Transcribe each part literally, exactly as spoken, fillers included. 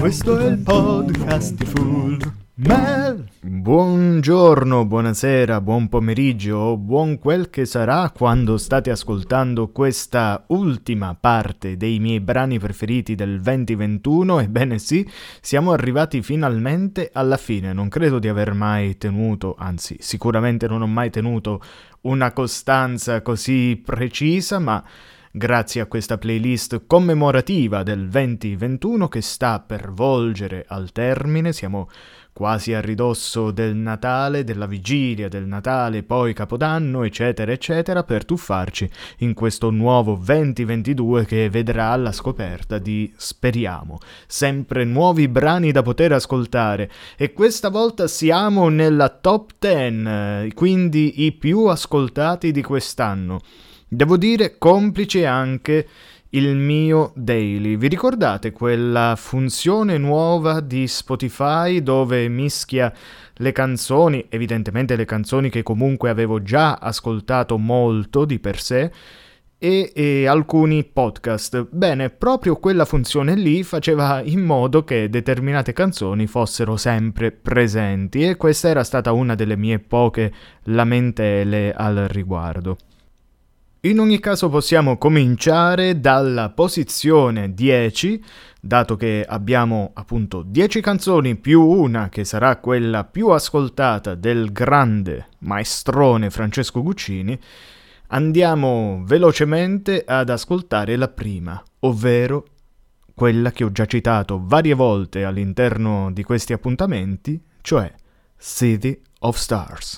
Questo è il podcast di Full Mel. Buongiorno, buonasera, buon pomeriggio o buon quel che sarà quando state ascoltando questa ultima parte dei miei brani preferiti del venti ventuno. Ebbene sì, siamo arrivati finalmente alla fine. Non credo di aver mai tenuto, anzi sicuramente non ho mai tenuto una costanza così precisa, ma grazie a questa playlist commemorativa del venti ventuno che sta per volgere al termine, siamo quasi a ridosso del Natale, della vigilia del Natale, poi Capodanno, eccetera, eccetera, per tuffarci in questo nuovo venti ventidue che vedrà la scoperta di, speriamo, sempre nuovi brani da poter ascoltare. E questa volta siamo nella top dieci, quindi i più ascoltati di quest'anno. Devo dire, complice anche il mio daily. Vi ricordate quella funzione nuova di Spotify dove mischia le canzoni, evidentemente le canzoni che comunque avevo già ascoltato molto di per sé, e, e alcuni podcast? Bene, proprio quella funzione lì faceva in modo che determinate canzoni fossero sempre presenti, e questa era stata una delle mie poche lamentele al riguardo. In ogni caso possiamo cominciare dalla posizione dieci, dato che abbiamo appunto dieci canzoni più una che sarà quella più ascoltata del grande maestrone Francesco Guccini. Andiamo velocemente ad ascoltare la prima, ovvero quella che ho già citato varie volte all'interno di questi appuntamenti, cioè City of Stars.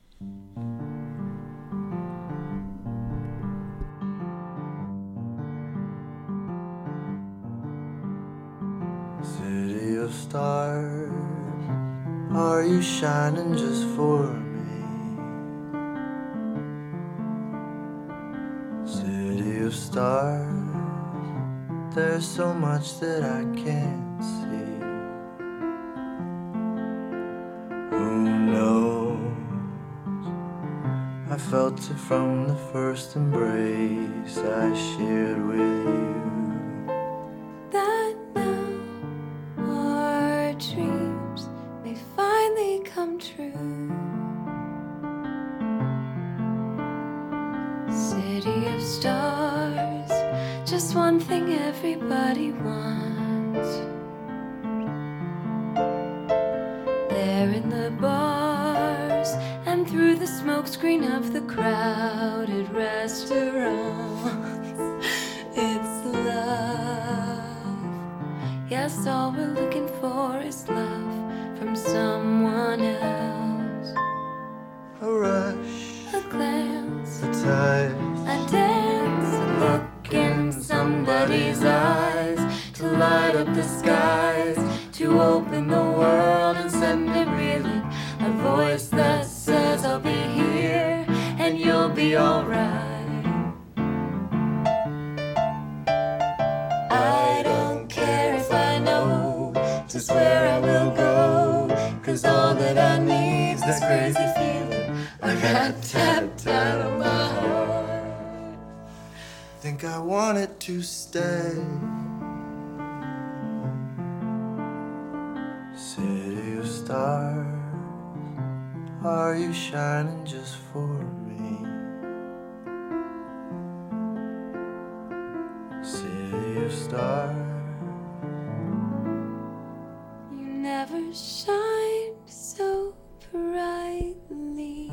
City of stars, are you shining just for me? City of stars, there's so much that I can't see. Who knows? I felt it from the first embrace I shared with you. Dreams may finally come true. City of stars, just one thing everybody wants. There in the bars and through the smokescreen of the crowded restaurants, it's love. Yes, all we're looking for is love from someone else. A rush, a glance, a touch, a dance, a look in somebody's eyes, to light up the skies, to open the world and send it reeling. A voice that says I'll be here and you'll be alright. Just where I will go, cause all that I need's this crazy feeling I got tapped out of my heart. Think I want it to stay. City of stars, are you shining just for me? City of stars, never shined so brightly.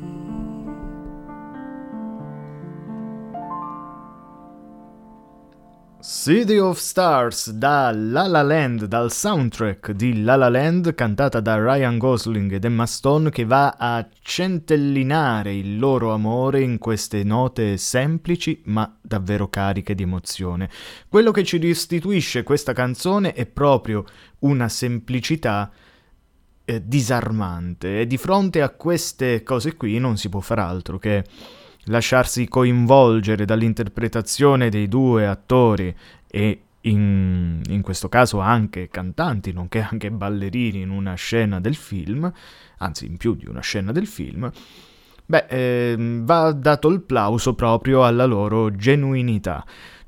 City of Stars da La La Land, dal soundtrack di La La Land, cantata da Ryan Gosling ed Emma Stone, che va a centellinare il loro amore in queste note semplici ma davvero cariche di emozione. Quello che ci restituisce questa canzone è proprio una semplicità eh, disarmante, e di fronte a queste cose qui non si può far altro che lasciarsi coinvolgere dall'interpretazione dei due attori e in, in questo caso anche cantanti, nonché anche ballerini in una scena del film, anzi in più di una scena del film. Beh, eh, va dato il plauso proprio alla loro genuinità.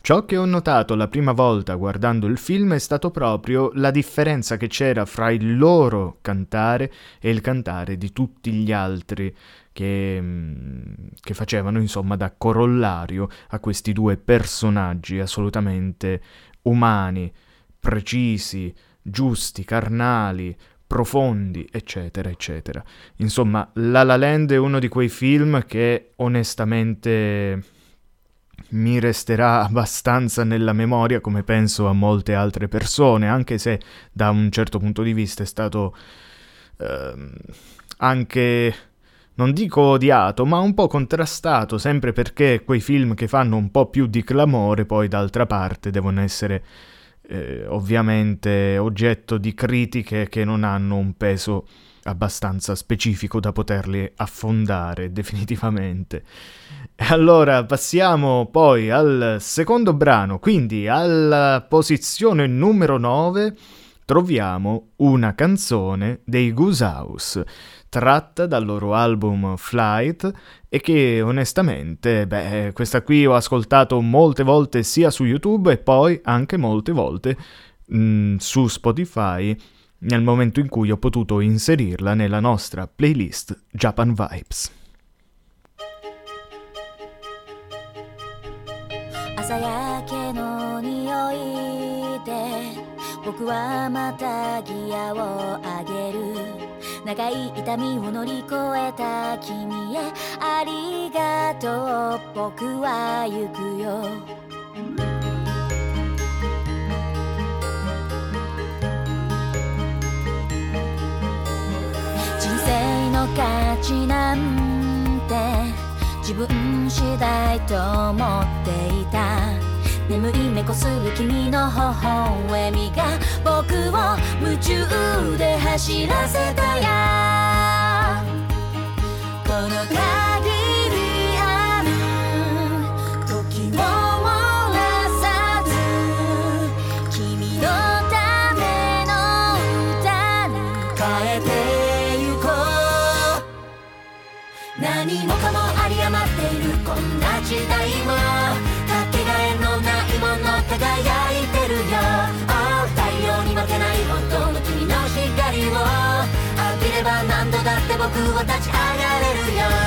Ciò che ho notato la prima volta guardando il film è stato proprio la differenza che c'era fra il loro cantare e il cantare di tutti gli altri che, che facevano insomma da corollario a questi due personaggi assolutamente umani, precisi, giusti, carnali, profondi, eccetera, eccetera. Insomma, La La Land è uno di quei film che onestamente mi resterà abbastanza nella memoria, come penso a molte altre persone, anche se da un certo punto di vista è stato ehm, anche, non dico odiato, ma un po' contrastato, sempre perché quei film che fanno un po' più di clamore poi d'altra parte devono essere eh, ovviamente oggetto di critiche che non hanno un peso abbastanza specifico da poterli affondare definitivamente. E allora passiamo poi al secondo brano, quindi alla posizione numero nove troviamo una canzone dei Goose House, tratta dal loro album Flight, e che onestamente, beh, questa qui ho ascoltato molte volte sia su YouTube e poi anche molte volte mh, su Spotify, nel momento in cui ho potuto inserirla nella nostra playlist Japan Vibes. 朝焼けの匂いで僕はまたギアを上げる長い痛みを乗り越えた君へありがとう僕は行くよ人生の価値なんて自分次第と思っていた眠い目こする君の微笑みが僕を夢中で走らせたやこの限りある時を漏らさず君のための歌に変えてゆこう何もかも有り余っているこんな時代もかけがえのないもの輝いてるよ、oh、太陽に負けない本当の君の光を浴びれば何度だって僕は立ち上がれるよ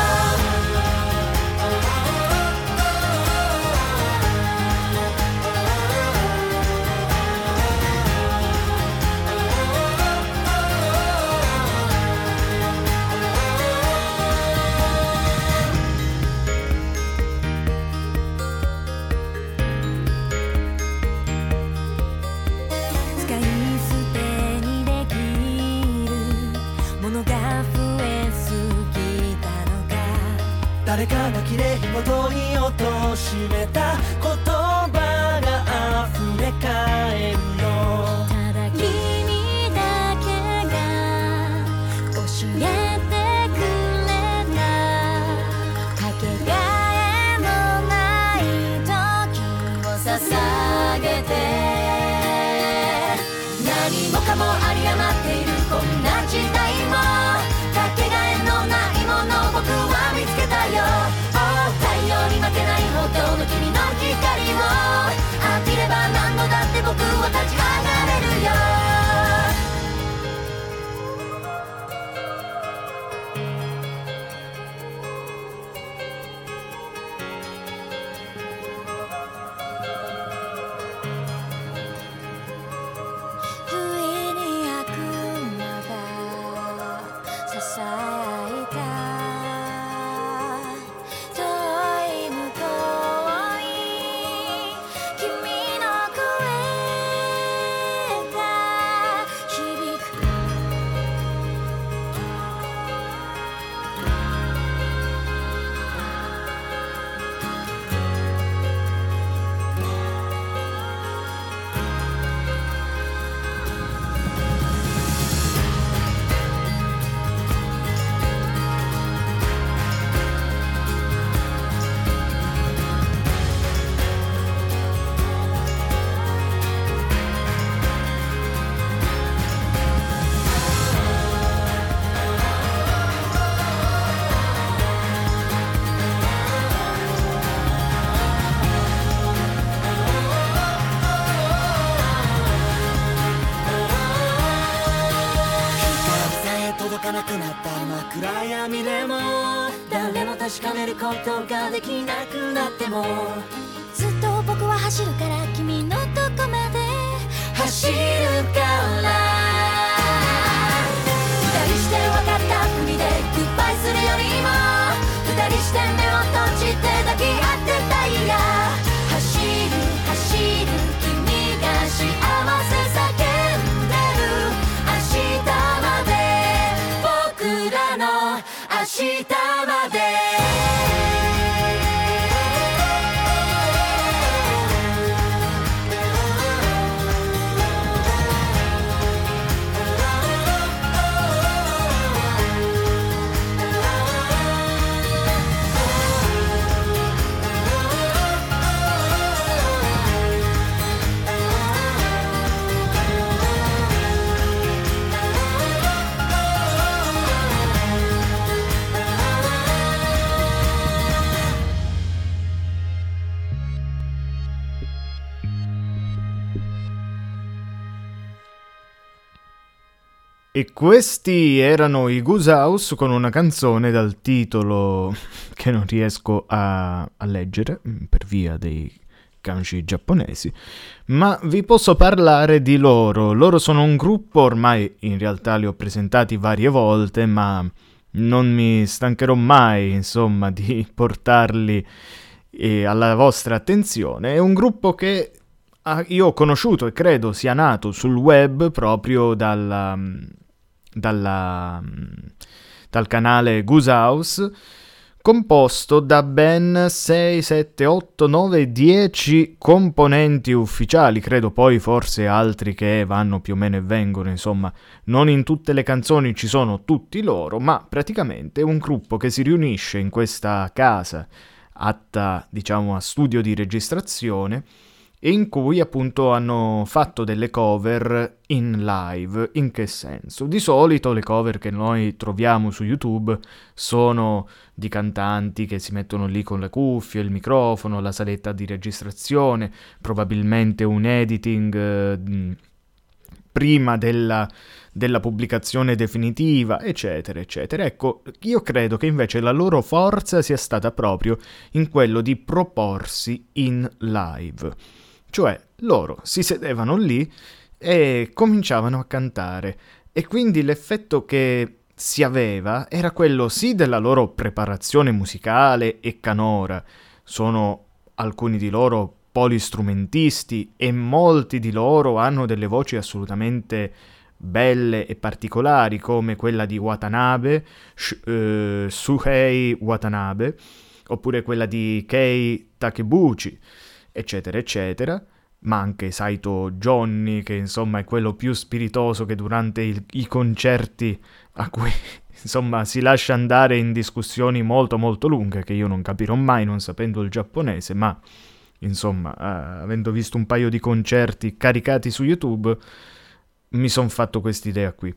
誰かがきれいごとに落としめた言葉が溢れ返るのただ君だけが教えてくれたかけがえのない時を捧げて何もかも有り余っているこんな時代もかけがえのないもの僕は見つけたよ、oh、太陽に負けないほどの君の光を浴びれば何度だって僕は立ち上がれるよ不意に悪魔が確かめることができなくなってもずっと僕は走るから君のどこまで走るから二人して分かったふりでグッバイするよりも二人して目を閉じて抱き合ってたいや走る走る君が幸せ叫んでる明日まで僕らの明日まで E questi erano i Goose House con una canzone dal titolo che non riesco a, a leggere per via dei kanji giapponesi, ma vi posso parlare di loro. Loro sono un gruppo, ormai in realtà li ho presentati varie volte, ma non mi stancherò mai, insomma, di portarli eh, alla vostra attenzione. È un gruppo che ah, io ho conosciuto e credo sia nato sul web proprio dalla... Dalla, dal canale Goose House, composto da ben sei, sette, otto, nove, dieci componenti ufficiali, credo poi forse altri che vanno più o meno e vengono, insomma non in tutte le canzoni ci sono tutti loro, ma praticamente è un gruppo che si riunisce in questa casa atta, diciamo, a studio di registrazione, e in cui appunto hanno fatto delle cover in live. In che senso? Di solito le cover che noi troviamo su YouTube sono di cantanti che si mettono lì con le cuffie, il microfono, la saletta di registrazione, probabilmente un editing eh, prima della, della pubblicazione definitiva, eccetera, eccetera. Ecco, io credo che invece la loro forza sia stata proprio in quello di proporsi in live. Cioè, loro si sedevano lì e cominciavano a cantare, e quindi l'effetto che si aveva era quello sì della loro preparazione musicale e canora. Sono alcuni di loro polistrumentisti e molti di loro hanno delle voci assolutamente belle e particolari, come quella di Watanabe, Sh- uh, Suhei Watanabe, oppure quella di Kei Takebuchi, eccetera eccetera, ma anche Saito Johnny, che insomma è quello più spiritoso che durante il, i concerti a cui insomma si lascia andare in discussioni molto molto lunghe che io non capirò mai non sapendo il giapponese, ma insomma eh, avendo visto un paio di concerti caricati su YouTube mi son fatto quest'idea qui.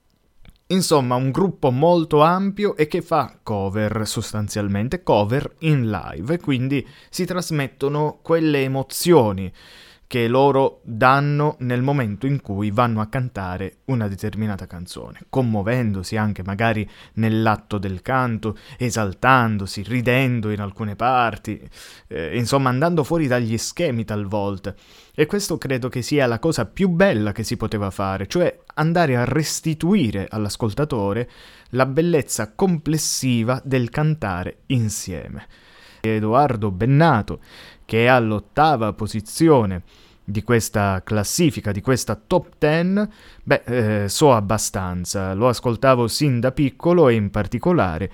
Insomma, un gruppo molto ampio e che fa cover, sostanzialmente cover in live, e quindi si trasmettono quelle emozioni che loro danno nel momento in cui vanno a cantare una determinata canzone, commuovendosi anche magari nell'atto del canto, esaltandosi, ridendo in alcune parti, eh, insomma andando fuori dagli schemi talvolta. E questo credo che sia la cosa più bella che si poteva fare, cioè andare a restituire all'ascoltatore la bellezza complessiva del cantare insieme. Edoardo Bennato, che è all'ottava posizione di questa classifica, di questa top ten, beh, eh, so abbastanza, lo ascoltavo sin da piccolo, e in particolare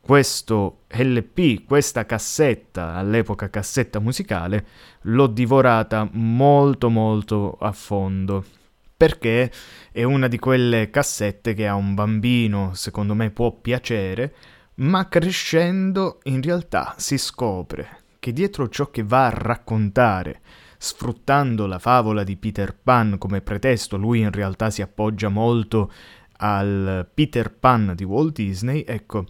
questo L P, questa cassetta, all'epoca cassetta musicale, l'ho divorata molto molto a fondo, perché è una di quelle cassette che a un bambino, secondo me, può piacere, ma crescendo in realtà si scopre che dietro ciò che va a raccontare, sfruttando la favola di Peter Pan come pretesto, lui in realtà si appoggia molto al Peter Pan di Walt Disney, ecco.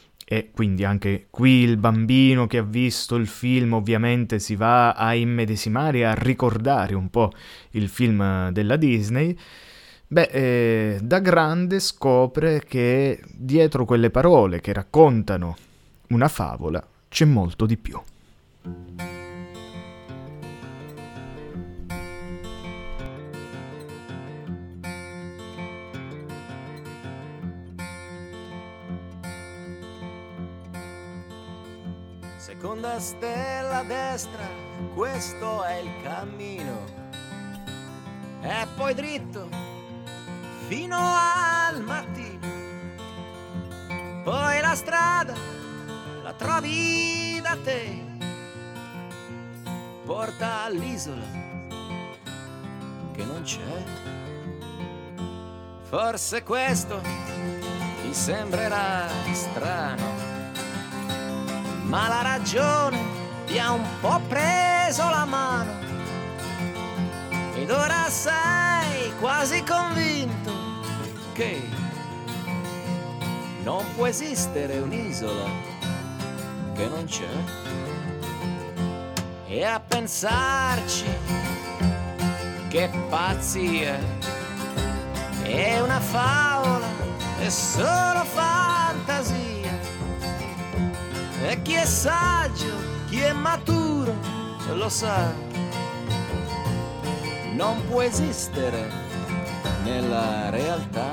E quindi anche qui il bambino che ha visto il film ovviamente si va a immedesimare e a ricordare un po' il film della Disney. Beh, eh, da grande scopre che dietro quelle parole che raccontano una favola c'è molto di più. Seconda stella a destra, questo è il cammino, e poi dritto fino al mattino. Poi la strada la trovi da te, porta all'isola che non c'è. Forse questo ti sembrerà strano, ma la ragione ti ha un po' preso la mano ed ora sei quasi convinto che non può esistere un'isola che non c'è. E a pensarci, che pazzia, è una favola, è solo fantasia. E chi è saggio, chi è maturo, lo sa, non può esistere nella realtà.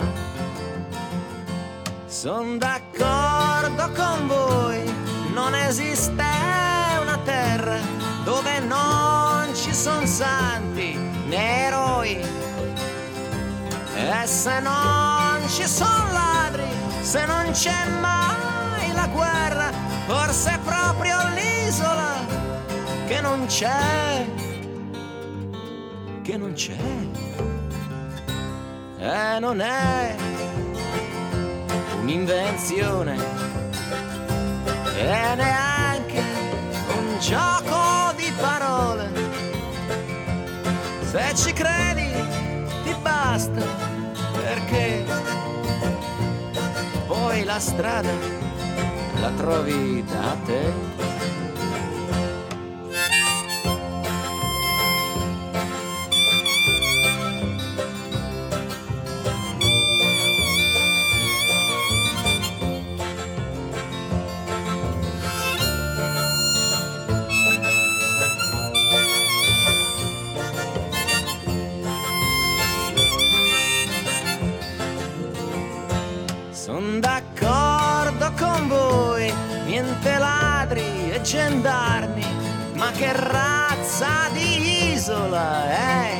Son d'accordo con voi, non esiste una terra dove non ci son santi né eroi. E se non ci son ladri, se non c'è mai la guerra, forse è proprio l'isola che non c'è, che non c'è. E non è un'invenzione e neanche un gioco di parole. Se ci credi ti basta, perché poi la strada la trovi da te. Son d'accordo con voi, niente ladri e gendarmi, ma che razza di isola è?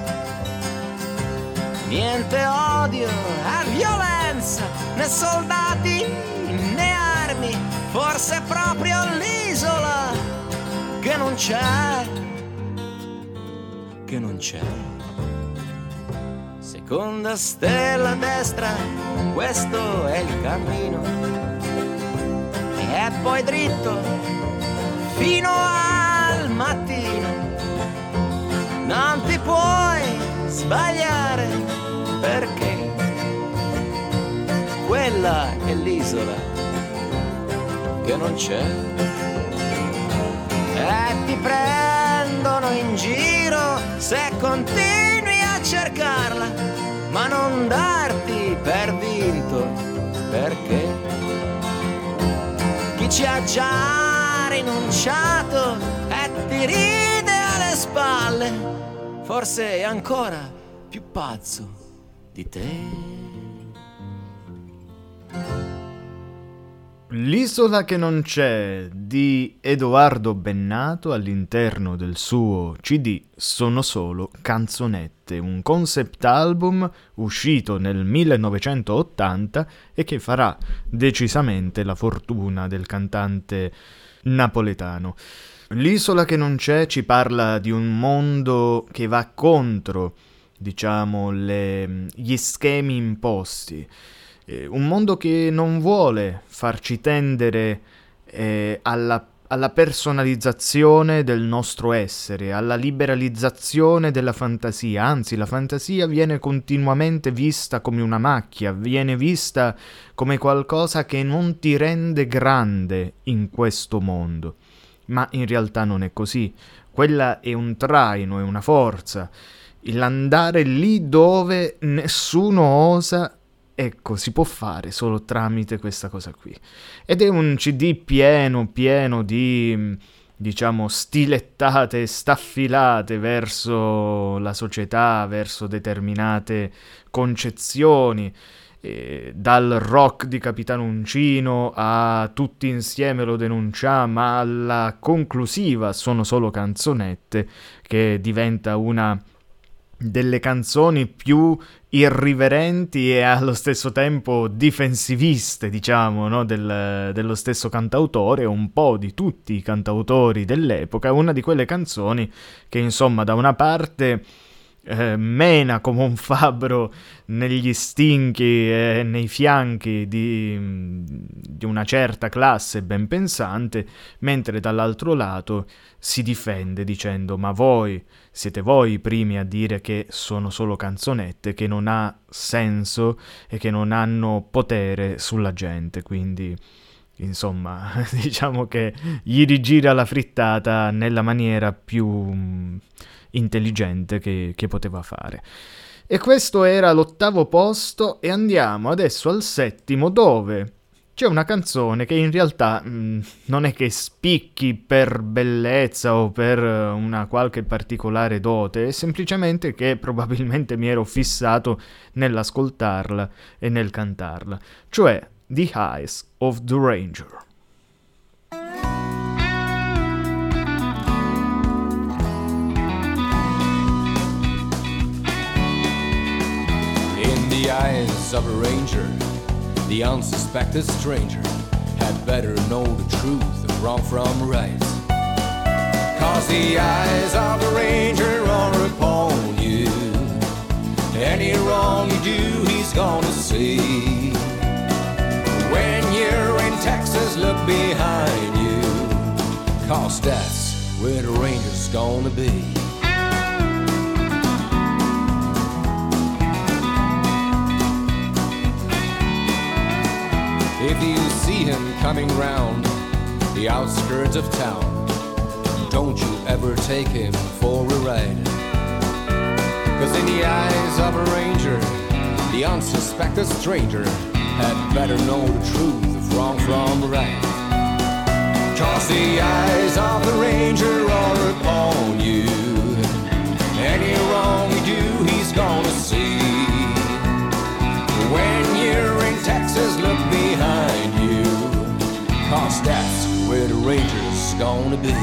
Niente odio e violenza, né soldati né armi, forse è proprio l'isola che non c'è, che non c'è. Seconda stella a destra, questo è il cammino, e poi dritto fino al mattino. Non ti puoi sbagliare, perché quella è l'isola che non c'è. E ti prendono in giro se continui a cercarla, ma non darti per vinto, perché chi ci ha già rinunciato e ti ride alle spalle, forse è ancora più pazzo di te. L'isola che non c'è di Edoardo Bennato all'interno del suo C D Sono solo canzonette, un concept album uscito nel millenovecentottanta e che farà decisamente la fortuna del cantante napoletano. L'isola che non c'è ci parla di un mondo che va contro, diciamo, le, gli schemi imposti. Un mondo che non vuole farci tendere eh, alla, alla personalizzazione del nostro essere, alla liberalizzazione della fantasia. Anzi, la fantasia viene continuamente vista come una macchia, viene vista come qualcosa che non ti rende grande in questo mondo. Ma in realtà non è così. Quella è un traino, è una forza. L'andare lì dove nessuno osa ecco, si può fare solo tramite questa cosa qui. Ed è un C D pieno, pieno di, diciamo, stilettate e staffilate verso la società, verso determinate concezioni, eh, dal rock di Capitano Uncino a Tutti insieme lo denunciamo, ma alla conclusiva Sono solo canzonette, che diventa una delle canzoni più irriverenti e allo stesso tempo difensiviste, diciamo, no? Del, dello stesso cantautore, un po' di tutti i cantautori dell'epoca. Una di quelle canzoni che, insomma, da una parte eh, mena come un fabbro negli stinchi e nei fianchi di, di una certa classe ben pensante, mentre dall'altro lato si difende dicendo: ma voi siete voi i primi a dire che sono solo canzonette, che non ha senso e che non hanno potere sulla gente. Quindi, insomma, diciamo che gli rigira la frittata nella maniera più mh, intelligente che, che poteva fare. E questo era l'ottavo posto, e andiamo adesso al settimo, dove c'è una canzone che in realtà mh, non è che spicchi per bellezza o per una qualche particolare dote, è semplicemente che probabilmente mi ero fissato nell'ascoltarla e nel cantarla, cioè The Eyes of the Ranger. In the eyes of a ranger, the unsuspected stranger had better know the truth of wrong from right. Cause the eyes of the ranger are upon you. Any wrong you do, he's gonna see. When you're in Texas, look behind you. Cause that's where the ranger's gonna be. If you see him coming round the outskirts of town, don't you ever take him for a ride. Cause in the eyes of a ranger, the unsuspected stranger had better know the truth of wrong from right. Cause the eyes of the ranger are upon you. Any wrong you do, he's gonna see. When you're in Texas, look behind you. Cause that's where the ranger's gonna be.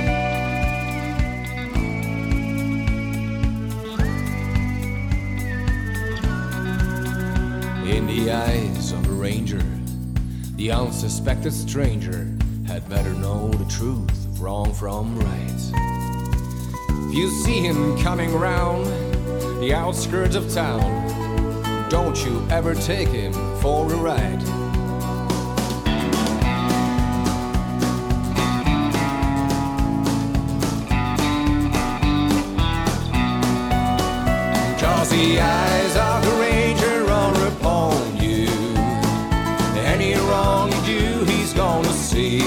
In the eyes of a ranger, the unsuspected stranger had better know the truth of wrong from right. If you see him coming round the outskirts of town, don't you ever take him for a ride. Cause the eyes of the ranger are upon you. Any wrong you do, he's gonna see.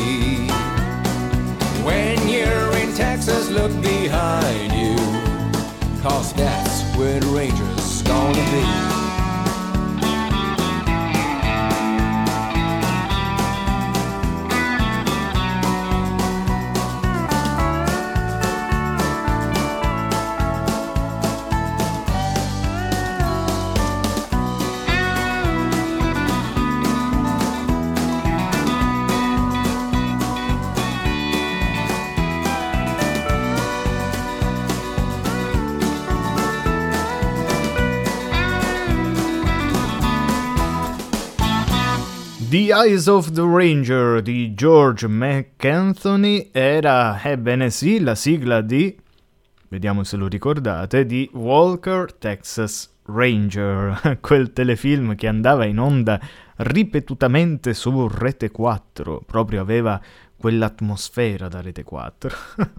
When you're in Texas, look behind you. Cause that's where the ranger's gonna be. The Eyes of the Ranger di George McAnthony era, ebbene sì, la sigla di, vediamo se lo ricordate, di Walker Texas Ranger, quel telefilm che andava in onda ripetutamente su Rete quattro, proprio aveva quell'atmosfera da Rete quattro.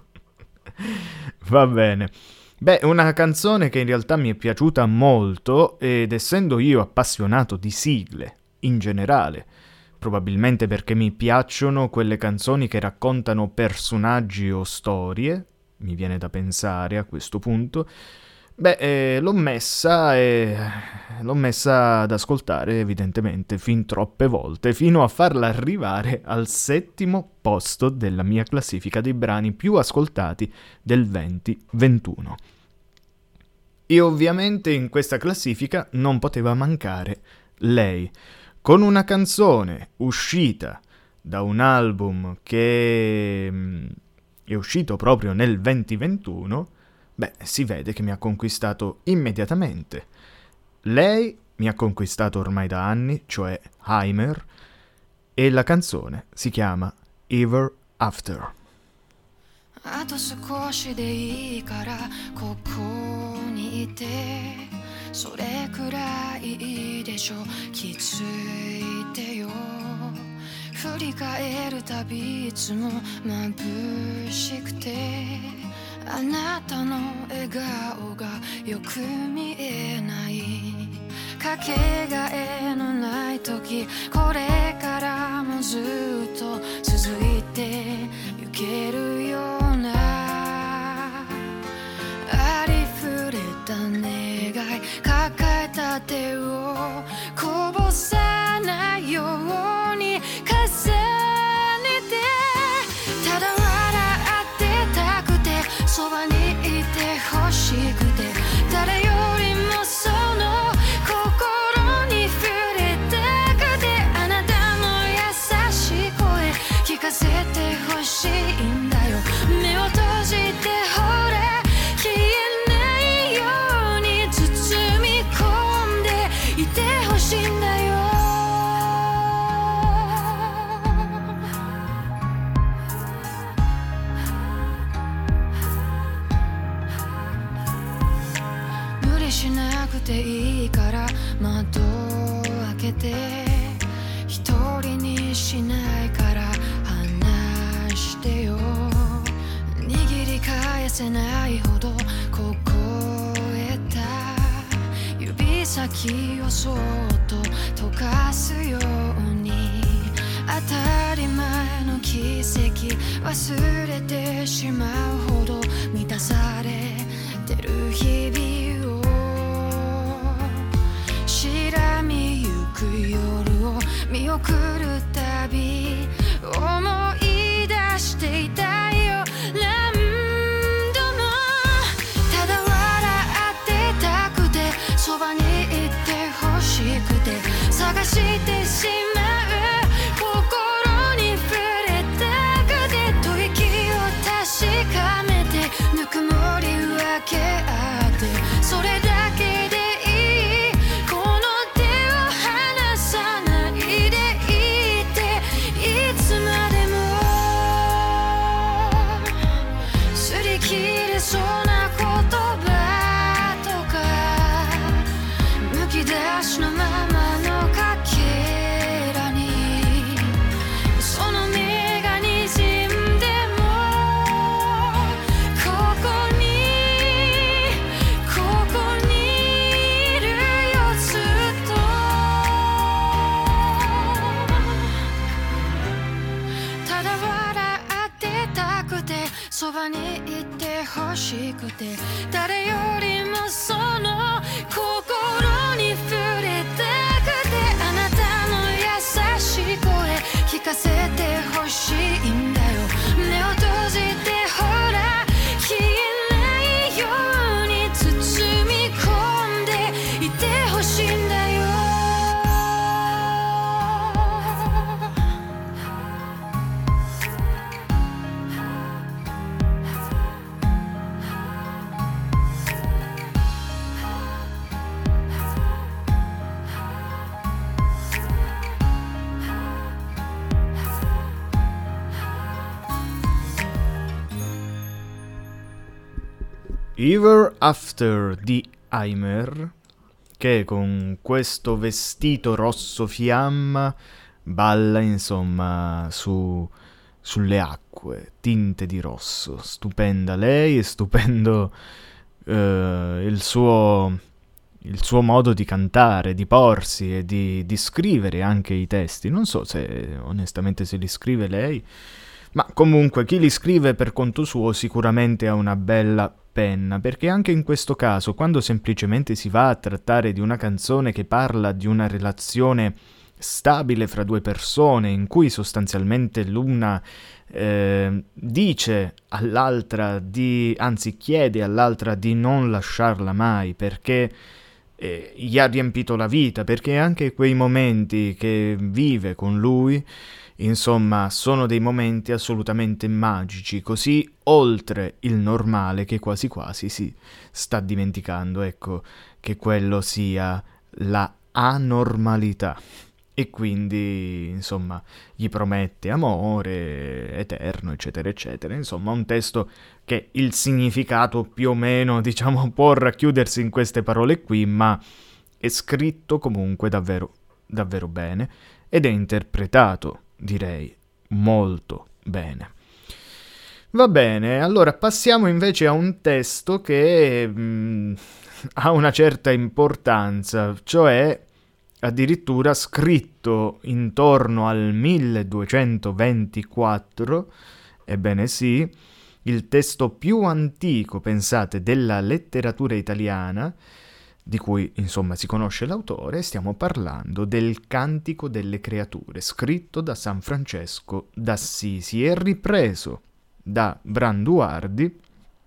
Va bene. Beh, una canzone che in realtà mi è piaciuta molto, ed essendo io appassionato di sigle in generale, probabilmente perché mi piacciono quelle canzoni che raccontano personaggi o storie, mi viene da pensare a questo punto, beh, eh, l'ho messa e l'ho messa ad ascoltare evidentemente fin troppe volte, fino a farla arrivare al settimo posto della mia classifica dei brani più ascoltati del venti ventuno. E ovviamente in questa classifica non poteva mancare lei, con una canzone uscita da un album che mm, è uscito proprio nel venti ventuno. Beh, si vede che mi ha conquistato immediatamente. Lei mi ha conquistato ormai da anni, cioè Heimer, e la canzone si chiama Ever After. あと少しでいいからここにいてそれくらいいいでしょ気づいてよ振り返るたびいつも眩しくてあなたの笑顔がよく見えないかけがえのない時これからもずっと続いてゆけるようなありふれた願い抱えた手をこぼさないように重ねてただ笑ってたくてそばにいてほしくて誰よりもその心に触れたくてあなたの優しい声聞かせてほしいんだよ目を閉じてほら消えないように包み込んでいてほしいんだよ無理しなくていいから窓を開けて一人にしないから話してよ握り返せないほど凍えた指先をそっと溶かすように当たり前の奇跡忘れてしまうほど満たされてる日々を白みゆく夜を見送るたび思い出していたよ何度もただ笑ってたくてそばにいてほしくて探してしまう心に触れたくて吐息を確かめてぬくもり分け合ってそれだけでいいこの手を離さないでいていつまでも擦り切れそうな言葉とかむき出しのままのかけらにその目がにじんでもここにここにいるよずっとただ笑ってたくてそばにいてほしくて誰よりもその心に触れたくてあなたの優しい声聞かせてほしいんだよ目を閉じてほら消えないように包み込んでいてほしいんだよ Ever After di Heimer, che con questo vestito rosso fiamma balla insomma su, sulle acque tinte di rosso. Stupenda lei e stupendo eh, il suo il suo modo di cantare, di porsi e di, di scrivere anche i testi. Non so se onestamente se li scrive lei, ma comunque chi li scrive per conto suo sicuramente ha una bella penna, perché anche in questo caso, quando semplicemente si va a trattare di una canzone che parla di una relazione stabile fra due persone, in cui sostanzialmente l'una eh, dice all'altra di, anzi chiede all'altra di non lasciarla mai, perché eh, gli ha riempito la vita, perché anche quei momenti che vive con lui, insomma, sono dei momenti assolutamente magici, così oltre il normale che quasi quasi si sta dimenticando, ecco, che quello sia la anormalità. E quindi, insomma, gli promette amore eterno, eccetera, eccetera. Insomma, un testo che il significato più o meno, diciamo, può racchiudersi in queste parole qui, ma è scritto comunque davvero, davvero bene ed è interpretato, direi, molto bene. Va bene, allora passiamo invece a un testo che mh, ha una certa importanza, cioè addirittura scritto intorno al milleduecentoventiquattro, ebbene sì, il testo più antico, pensate, della letteratura italiana, di cui insomma si conosce l'autore. Stiamo parlando del Cantico delle Creature, scritto da San Francesco d'Assisi e ripreso da Branduardi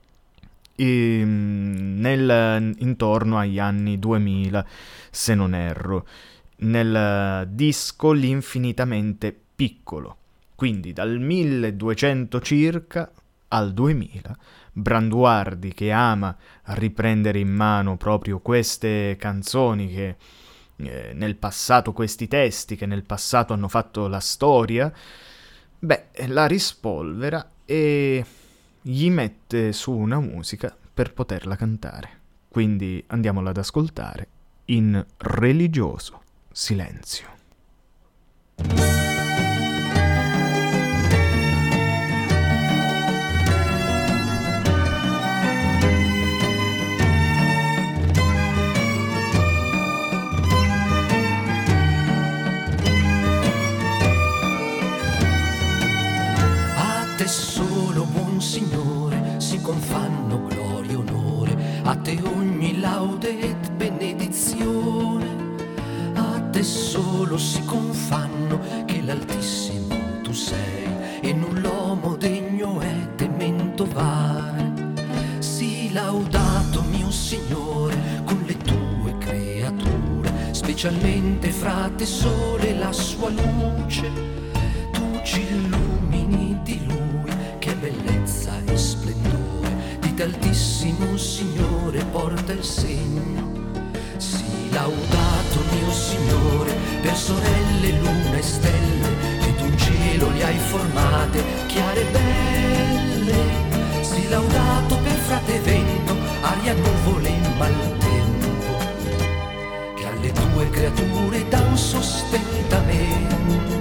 nel, intorno agli anni duemila, se non erro, nel disco L'Infinitamente Piccolo. Quindi dal milleduecento circa al duemila, Branduardi, che ama riprendere in mano proprio queste canzoni che eh, nel passato, questi testi che nel passato hanno fatto la storia, beh, la rispolvera e gli mette su una musica per poterla cantare. Quindi andiamola ad ascoltare in religioso silenzio. A te solo, buon Signore, si confanno gloria e onore, a te ogni laude ed benedizione. A te solo si confanno che l'Altissimo tu sei e null'uomo degno è temento vare. Sii laudato, mio Signore, con le tue creature, specialmente fra te sole e la sua luce. Tu ci illumini di Lui, che bellezza e splendore, di t'Altissimo Signore porta il segno. Sii laudato, mio Signore, per sorelle, luna e stelle, che tu in cielo li hai formate, chiare e belle. Sii laudato per frate vento, aria, nuvole e maltempo, che alle tue creature dan sostentamento.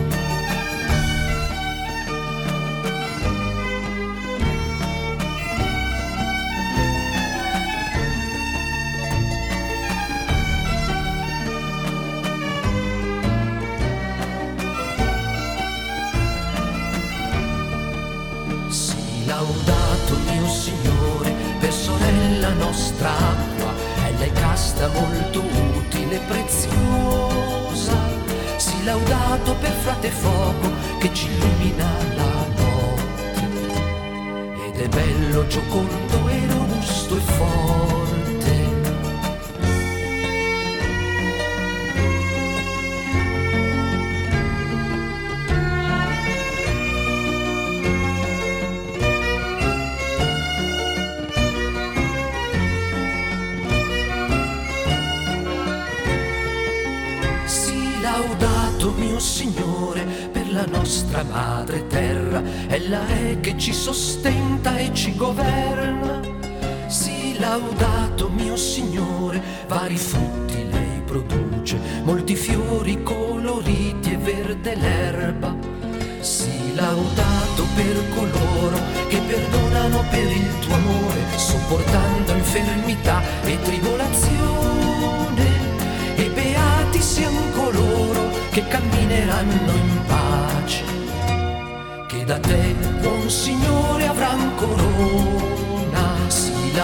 Laudato, mio Signore, per sorella nostra acqua, ella è casta, molto utile e preziosa. Sii laudato per frate fuoco, che ci illumina la notte, ed è bello, giocondo e robusto e forte. Laudato, mio Signore, per la nostra madre terra, ella è che ci sostenta e ci governa. Sii laudato, mio Signore, vari frutti lei produce, molti fiori coloriti e verde l'erba. Sii laudato per coloro che perdonano per il tuo amore, sopportando infermità e tribolazione. E beati siano coloro che cammineranno in pace, che da te, buon Signore, avran corona. Sii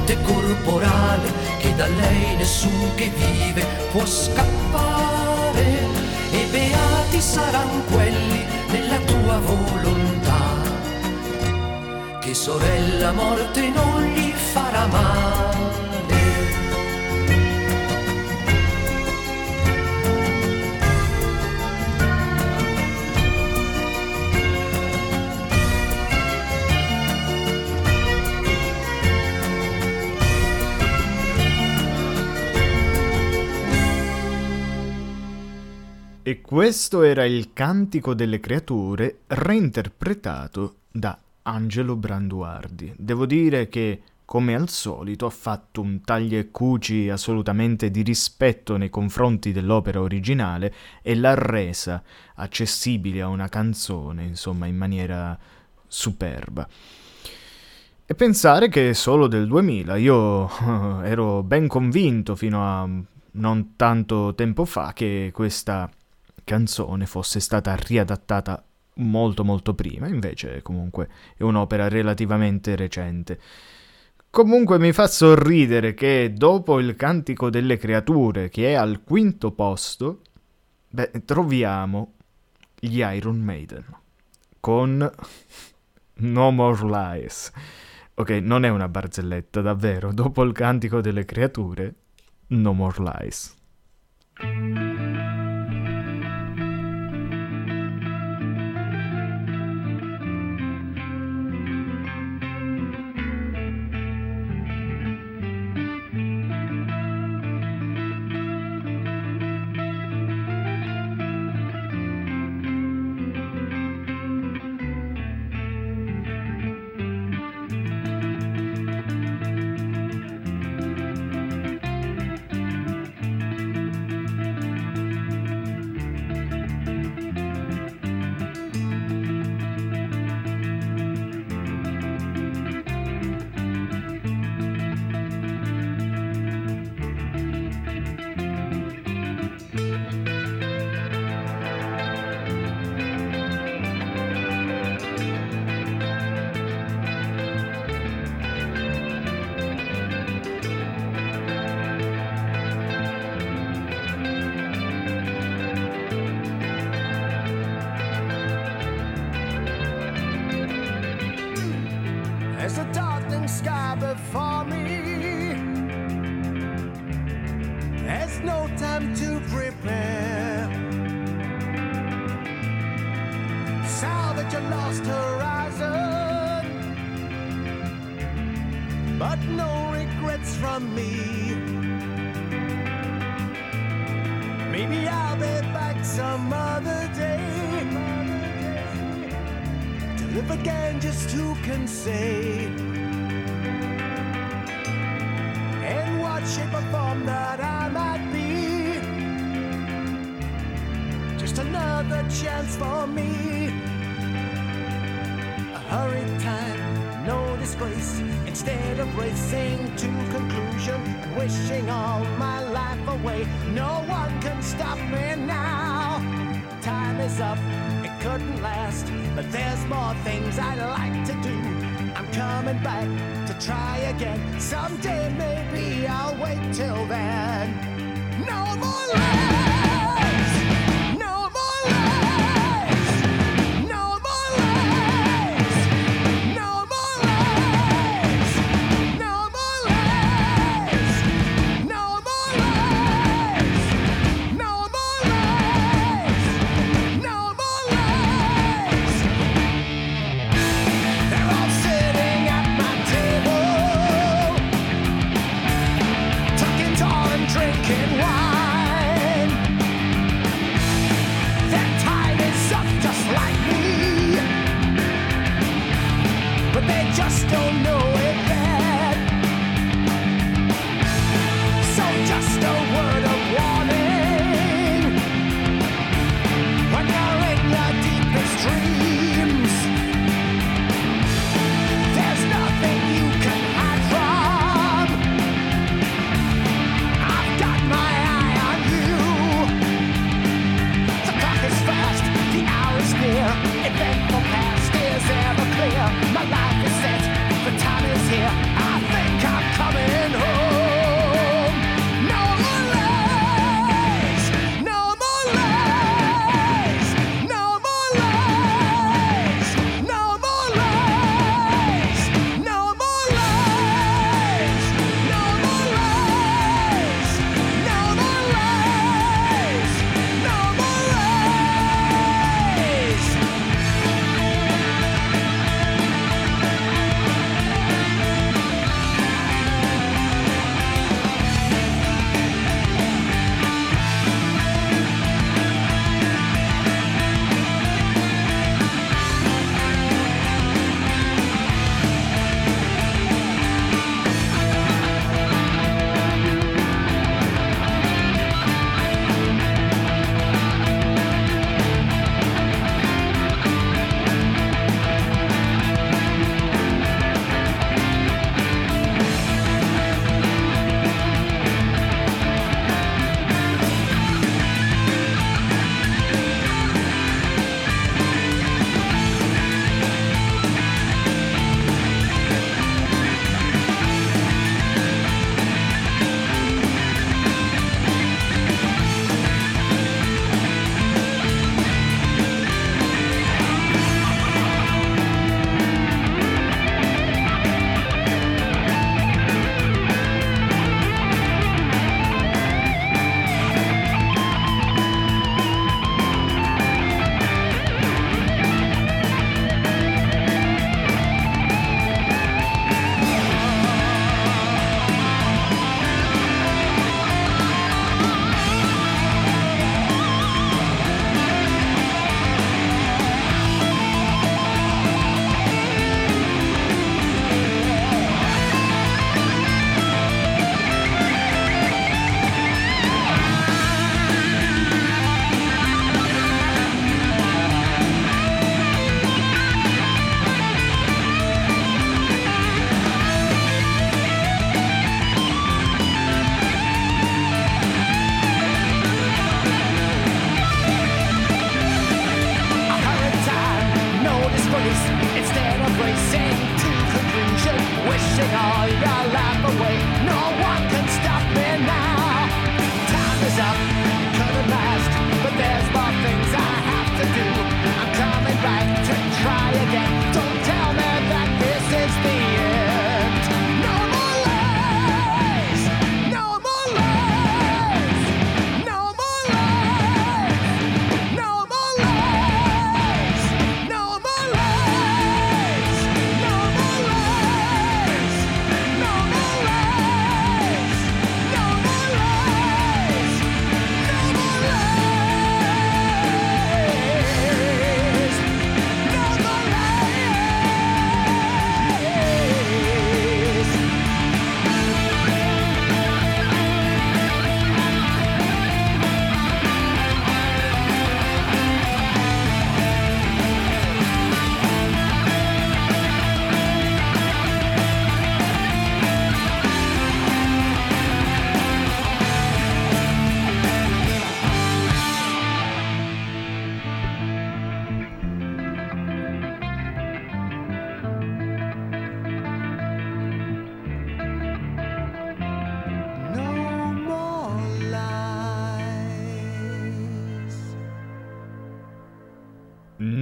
morte corporale che da lei nessun che vive può scappare, e beati saranno quelli nella tua volontà, che sorella morte non gli farà male. E questo era il Cantico delle Creature reinterpretato da Angelo Branduardi. Devo dire che, come al solito, ha fatto un taglia e cuci assolutamente di rispetto nei confronti dell'opera originale e l'ha resa accessibile a una canzone, insomma, in maniera superba. E pensare che è solo del duemila, io ero ben convinto fino a non tanto tempo fa che questa canzone fosse stata riadattata molto molto prima, invece comunque è un'opera relativamente recente. Comunque mi fa sorridere che dopo il Cantico delle Creature, che è al quinto posto, beh, troviamo gli Iron Maiden con No More Lies. Ok, non è una barzelletta, davvero, dopo il Cantico delle Creature, No More Lies. There's a darkening sky before me. There's no time to prepare. Salvage a lost horizon, but no regrets from me. Maybe I'll be back some other day. Live again, just who can say? In what shape or form that I might be, just another chance for me. A hurried time, no disgrace. Instead of racing to conclusion and wishing all my life away, no one can stop me now. Time is up, it couldn't last, but there's more things I'd like to do. I'm coming back to try again. Someday maybe I'll wait till then. No more lies, no more lies, no more lies, no more lies, no more lies, no more lies, no more lies, no more lies. They're all sitting at my table, talking tall and drinking wine. Their time is up just like me, but they just don't know it yet. So just a word of warning, when you're in your deepest dreams, there's nothing you can hide from. I've got my eye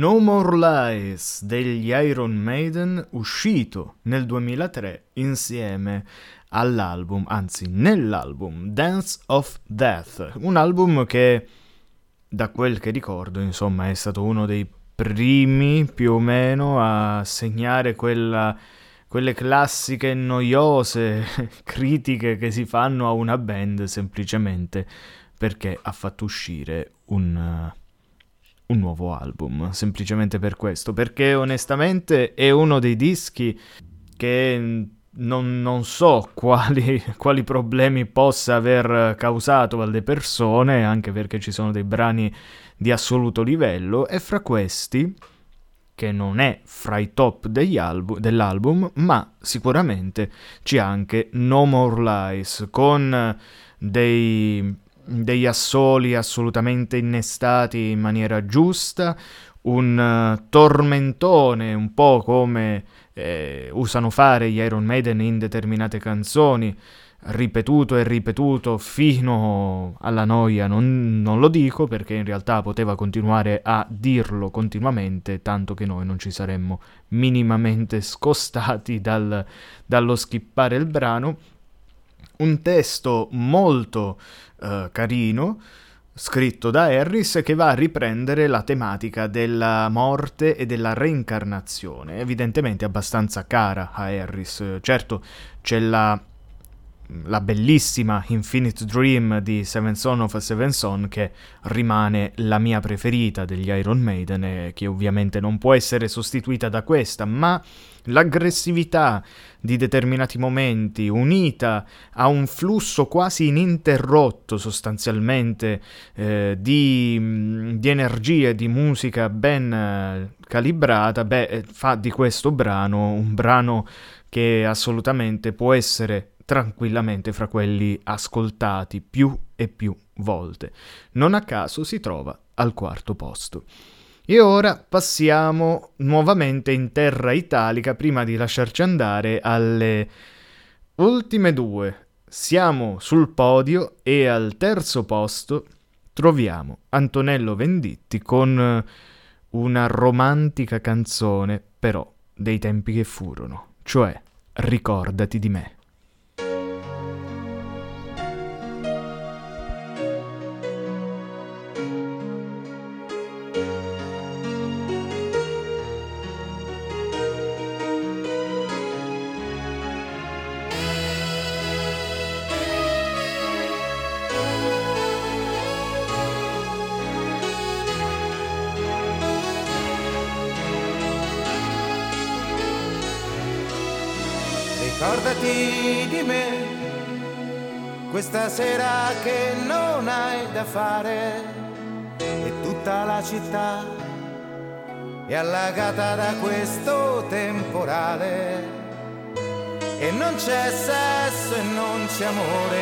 No More Lies degli Iron Maiden, uscito nel duemilatré insieme all'album, anzi nell'album Dance of Death, un album che, da quel che ricordo, insomma, è stato uno dei primi più o meno a segnare quella, quelle classiche noiose critiche che si fanno a una band semplicemente perché ha fatto uscire un, un nuovo album, semplicemente per questo, perché onestamente è uno dei dischi che non, non so quali, quali problemi possa aver causato alle persone, anche perché ci sono dei brani di assoluto livello, e fra questi, che non è fra i top degli albu- dell'album, ma sicuramente c'è anche No More Lies, con dei, degli assoli assolutamente innestati in maniera giusta, un uh, tormentone un po' come eh, usano fare gli Iron Maiden in determinate canzoni, ripetuto e ripetuto fino alla noia, non, non lo dico perché in realtà poteva continuare a dirlo continuamente, tanto che noi non ci saremmo minimamente scostati dal, dallo skippare il brano. Un testo molto uh, carino, scritto da Harris, che va a riprendere la tematica della morte e della reincarnazione, evidentemente abbastanza cara a Harris. Certo, c'è la la bellissima Infinite Dream di Seven Son of a Seven Son, che rimane la mia preferita degli Iron Maiden e che ovviamente non può essere sostituita da questa, ma l'aggressività di determinati momenti, unita a un flusso quasi ininterrotto sostanzialmente eh, di, di energie, di musica ben eh, calibrata, beh, fa di questo brano un brano che assolutamente può essere tranquillamente fra quelli ascoltati più e più volte. Non a caso si trova al quarto posto. E ora passiamo nuovamente in terra italica prima di lasciarci andare alle ultime due. Siamo sul podio e al terzo posto troviamo Antonello Venditti con una romantica canzone, però dei tempi che furono, cioè Ricordati di me. Ricordati di me, questa sera che non hai da fare e tutta la città è allagata da questo temporale e non c'è sesso e non c'è amore,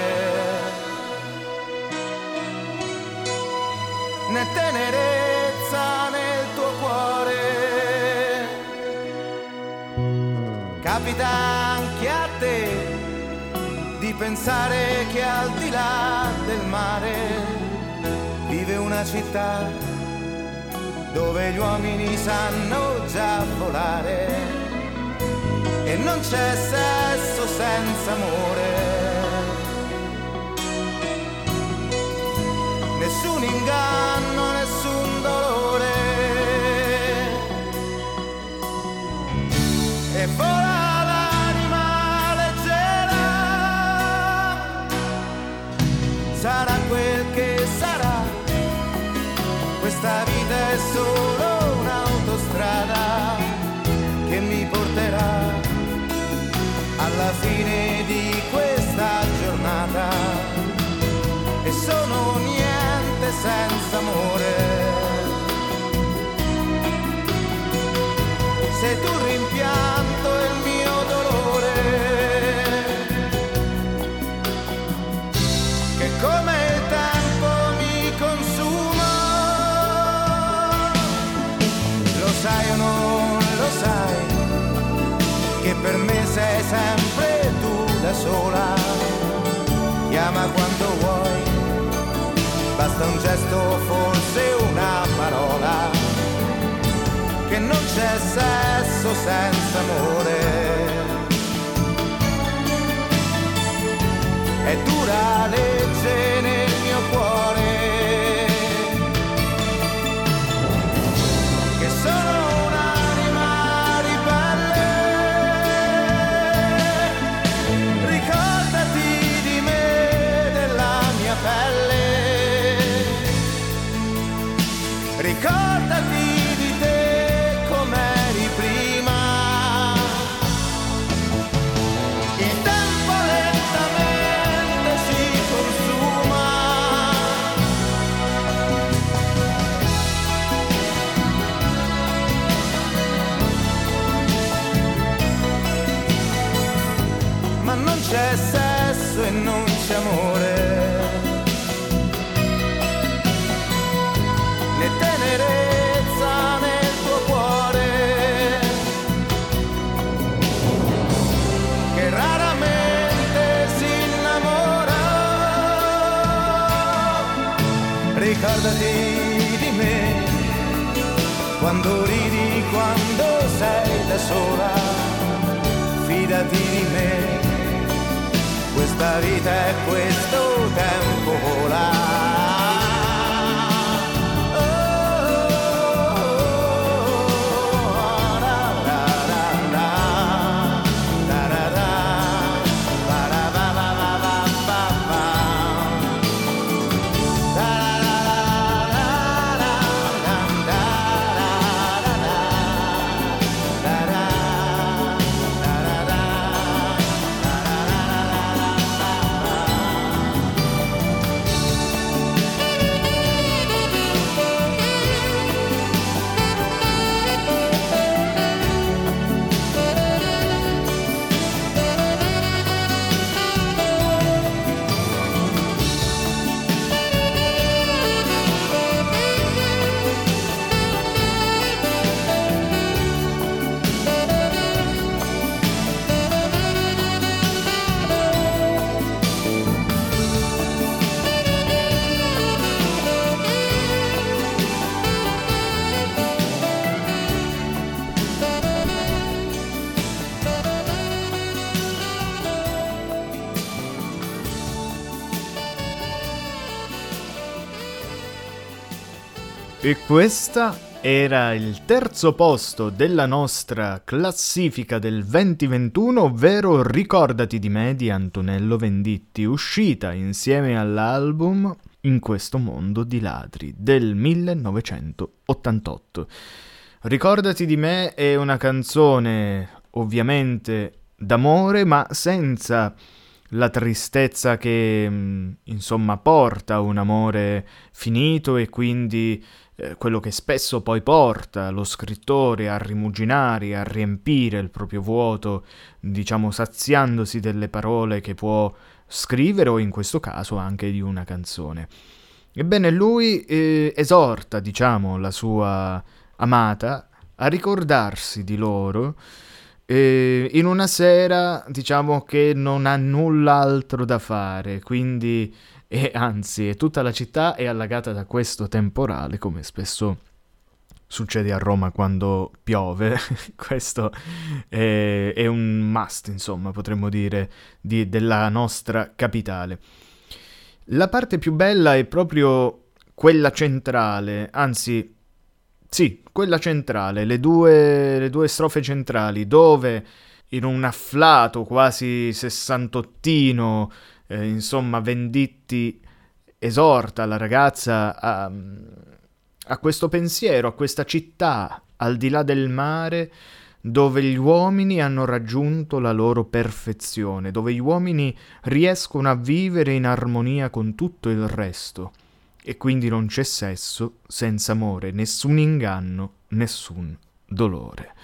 né tenerezza nel tuo cuore. Capita anche a te di pensare che al di là del mare vive una città dove gli uomini sanno già volare e non c'è sesso senza amore, nessun inganno, nessun dolore, e vola sarà quel che sarà, questa vita è solo un'autostrada che mi porterà alla fine di questa giornata e sono niente senza amore. Sei tu il rimpianto e il mio dolore, come il tempo mi consuma. Lo sai o non lo sai, che per me sei sempre tu da sola. Chiama quando vuoi, basta un gesto, forse una parola, che non c'è sesso senza amore. È dura legge nel mio cuore, che sono un'anima ribelle. Ricordati di me, della mia pelle. Ricordati di te com'eri prima. Il tempo lentamente si consuma. Ma non c'è sesso e non c'è amore, né tenerezza nel tuo cuore, che raramente si innamora. Ricordati di me, quando ridi, quando sei da sola. Fidati di me, questa vita è questo tempo vola. E questa era il terzo posto della nostra classifica del duemilaventuno, ovvero Ricordati di me di Antonello Venditti, uscita insieme all'album In questo mondo di ladri del millenovecentottantotto. Ricordati di me è una canzone ovviamente d'amore, ma senza la tristezza che insomma porta un amore finito, e quindi eh, quello che spesso poi porta lo scrittore a rimuginare, a riempire il proprio vuoto, diciamo saziandosi delle parole che può scrivere, o in questo caso anche di una canzone. Ebbene, lui eh, esorta, diciamo, la sua amata a ricordarsi di loro eh, in una sera, diciamo, che non ha null'altro da fare, quindi e anzi è tutta la città è allagata da questo temporale, come spesso succede a Roma quando piove. Questo è, è un must, insomma, potremmo dire, di, della nostra capitale. La parte più bella è proprio quella centrale, anzi, sì, quella centrale, le due, le due strofe centrali, dove in un afflato quasi sessantottino, eh, insomma, Venditti esorta la ragazza a, a questo pensiero, a questa città al di là del mare, dove gli uomini hanno raggiunto la loro perfezione, dove gli uomini riescono a vivere in armonia con tutto il resto, e quindi non c'è sesso senza amore, nessun inganno, nessun dolore.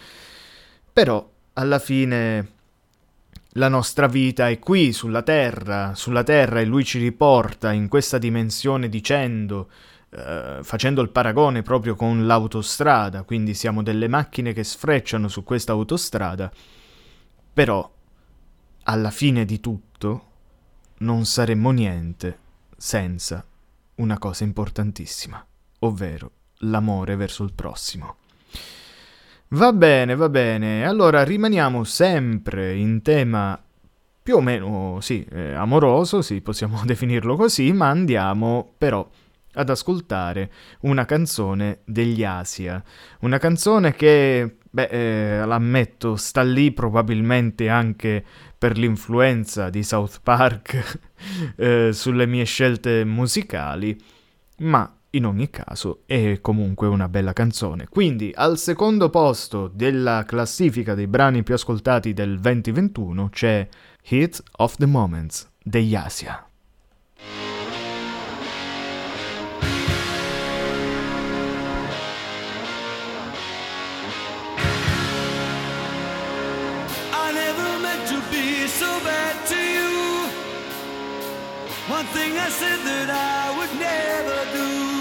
Però alla fine la nostra vita è qui sulla terra, sulla terra, e lui ci riporta in questa dimensione dicendo, Uh, facendo il paragone proprio con l'autostrada, quindi siamo delle macchine che sfrecciano su questa autostrada, però alla fine di tutto non saremmo niente senza una cosa importantissima, ovvero l'amore verso il prossimo. Va bene, va bene. Allora rimaniamo sempre in tema più o meno, sì, eh, amoroso, sì, possiamo definirlo così, ma andiamo però ad ascoltare una canzone degli Asia. Una canzone che, beh, eh, l'ammetto, sta lì probabilmente anche per l'influenza di South Park eh, sulle mie scelte musicali, ma in ogni caso è comunque una bella canzone. Quindi al secondo posto della classifica dei brani più ascoltati del duemilaventuno c'è Heat of the Moments degli Asia. I never meant to be so bad to you. One thing I said that I would never do.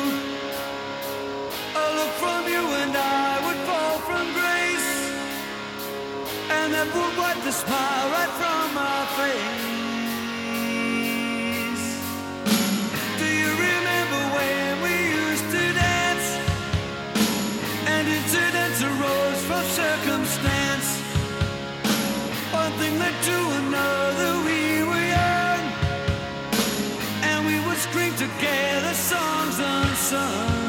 A look from you and I would fall from grace, and that would wipe the smile right from my face. Do you remember when we used to dance, and incidents arose from circumstance? One thing led to another, we were young, and we would scream together songs unsung.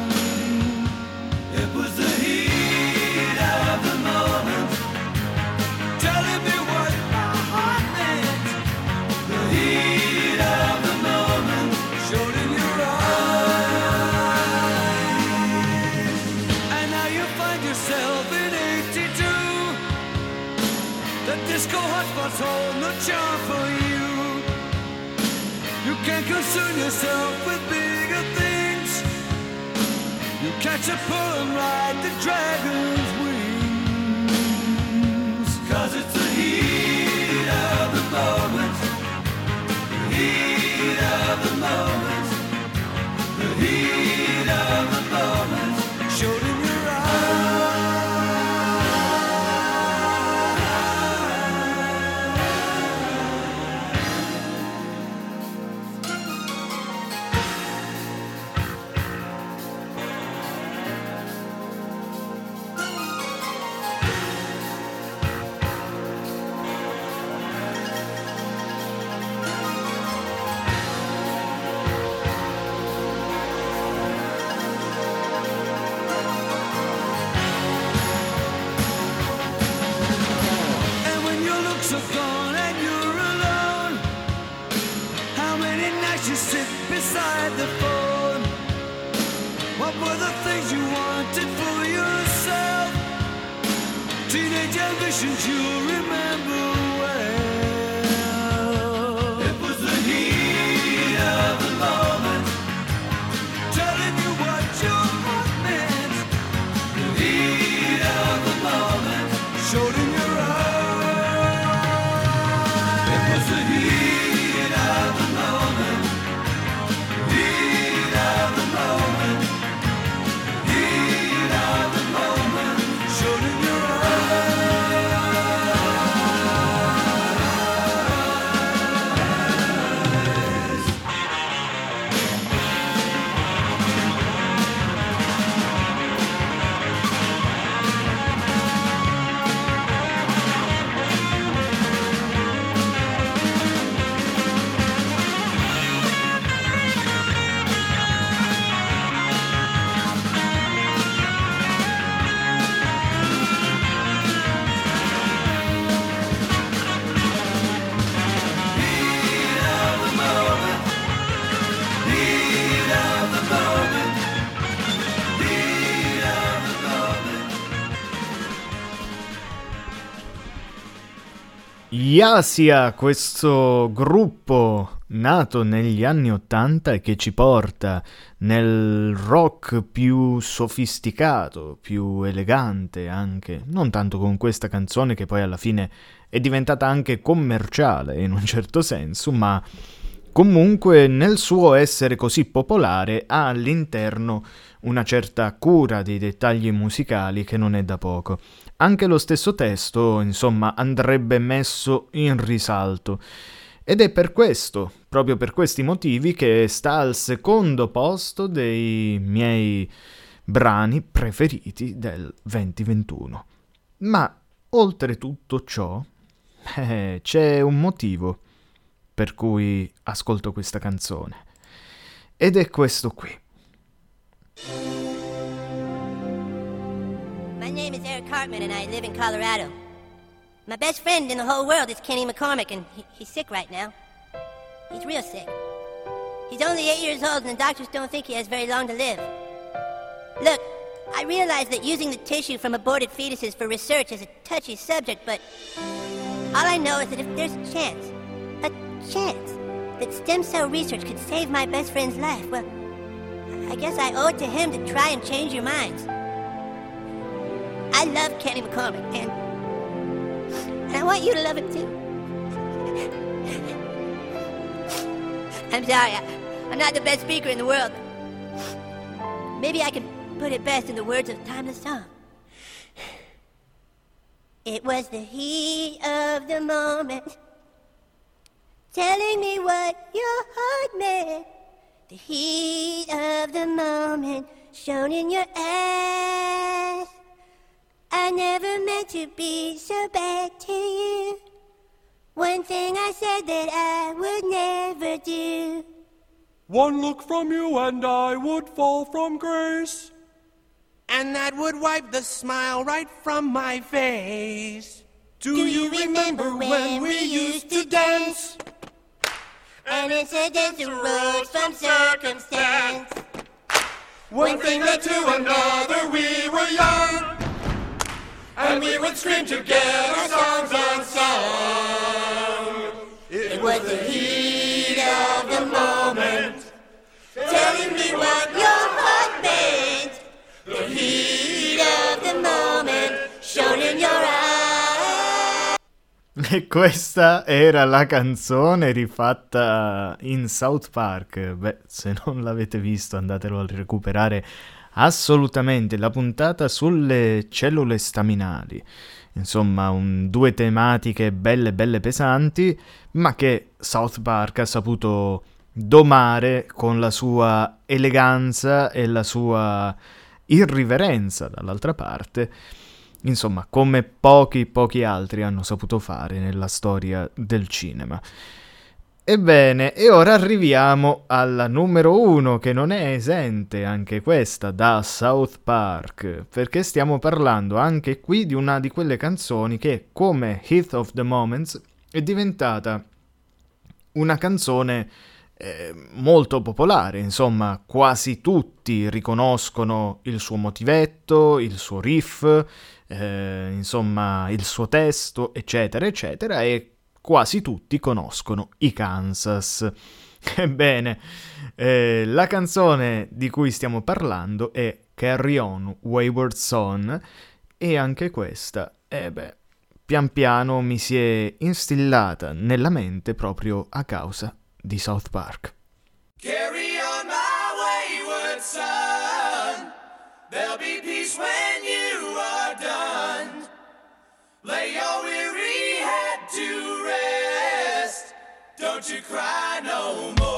It was the heat of the moment, telling me what my heart meant. The heat of the moment showed in your eyes. And now you find yourself in eighty-two. The disco hotspots hold no charm for you. You can't concern yourself with bigger things. You catch a pull and ride the dragon's wings. Cause it's the heat of the moment. The heat of the moment. The heat of the moment showed in your eyes. Beside the phone, what were the things you wanted for yourself? Teenage ambitions you remember well. It was the heat of the moment, telling you what your heart meant. The heat of the moment showed in your eyes. It was the heat of the moment. Heat of the moment, heat of the moment, showed in your Yasia, questo gruppo nato negli anni ottanta e che ci porta nel rock più sofisticato, più elegante anche, non tanto con questa canzone che poi alla fine è diventata anche commerciale in un certo senso, ma comunque nel suo essere così popolare ha all'interno una certa cura dei dettagli musicali che non è da poco. Anche lo stesso testo, insomma, andrebbe messo in risalto. Ed è per questo, proprio per questi motivi, che sta al secondo posto dei miei brani preferiti del duemilaventuno. Ma oltre tutto ciò, eh, c'è un motivo per cui ascolto questa canzone, ed è questo qui. My name is Eric Cartman and I live in Colorado. My best friend in the whole world is Kenny McCormick, and he, he's sick right now. He's real sick. He's only eight years old and the doctors don't think he has very long to live. Look, I realize that using the tissue from aborted fetuses for research is a touchy subject, but all I know is that if there's a chance, a chance, that stem cell research could save my best friend's life, well, I guess I owe it to him to try and change your minds. I love Kenny McCormick, and, and I want you to love him too. I'm sorry, I, I'm not the best speaker in the world. Maybe I can put it best in the words of a timeless song. It was the heat of the moment, telling me what your heart meant. The heat of the moment, shown in your eyes. I never meant to be so bad to you. One thing I said that I would never do. One look from you and I would fall from grace, and that would wipe the smile right from my face. Do, Do you remember when we used to dance? And incidents arose from circumstance. One thing led to another, we were young, and we would scream together songs unsung. It was the heat of the moment, telling me what your heart meant. The heat of the moment, shown in your eyes. E questa era la canzone rifatta in South Park. Beh, se non l'avete visto andatelo a recuperare assolutamente. La puntata sulle cellule staminali. Insomma, un, due tematiche belle belle pesanti, ma che South Park ha saputo domare con la sua eleganza e la sua irriverenza dall'altra parte. Insomma, come pochi pochi altri hanno saputo fare nella storia del cinema. Ebbene, e ora arriviamo alla numero uno, che non è esente anche questa da South Park, perché stiamo parlando anche qui di una di quelle canzoni che, come Heat of the Moments, è diventata una canzone eh, molto popolare. Insomma, quasi tutti riconoscono il suo motivetto, il suo riff, eh, insomma, il suo testo, eccetera, eccetera, e quasi tutti conoscono i Kansas. Ebbene, eh, la canzone di cui stiamo parlando è Carry On Wayward Son, e anche questa, eh beh, pian piano mi si è instillata nella mente proprio a causa di South Park. Carry on my wayward son, there'll be peace when you are done. Lay your weary head to rest, don't you cry no more.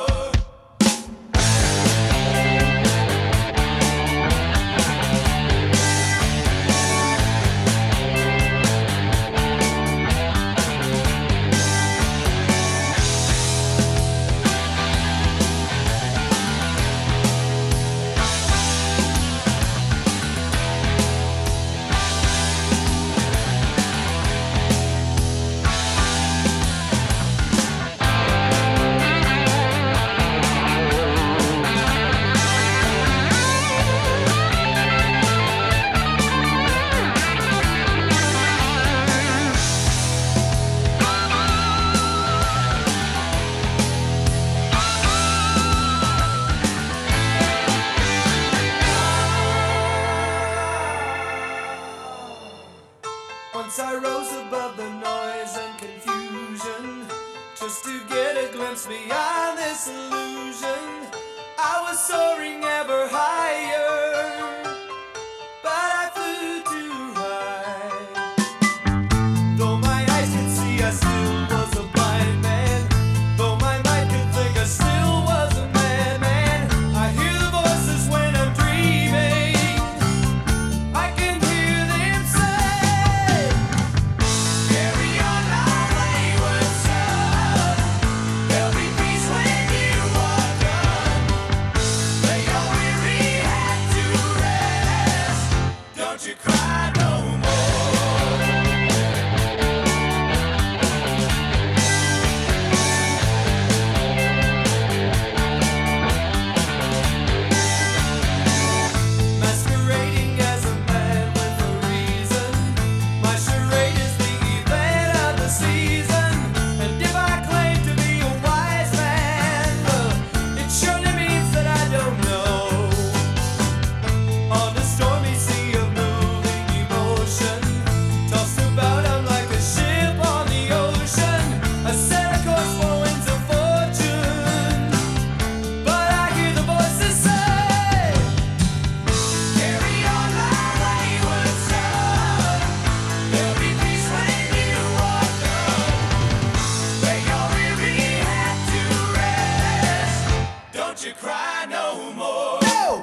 Once I rose above the noise and confusion, just to get a glimpse beyond this illusion. I was soaring ever higher, but I flew too high. Though my eyes could see, I still was a blind man. Though my mind could think, I still was a madman. I hear the voices when I'm dreaming. Don't you cry no more. No!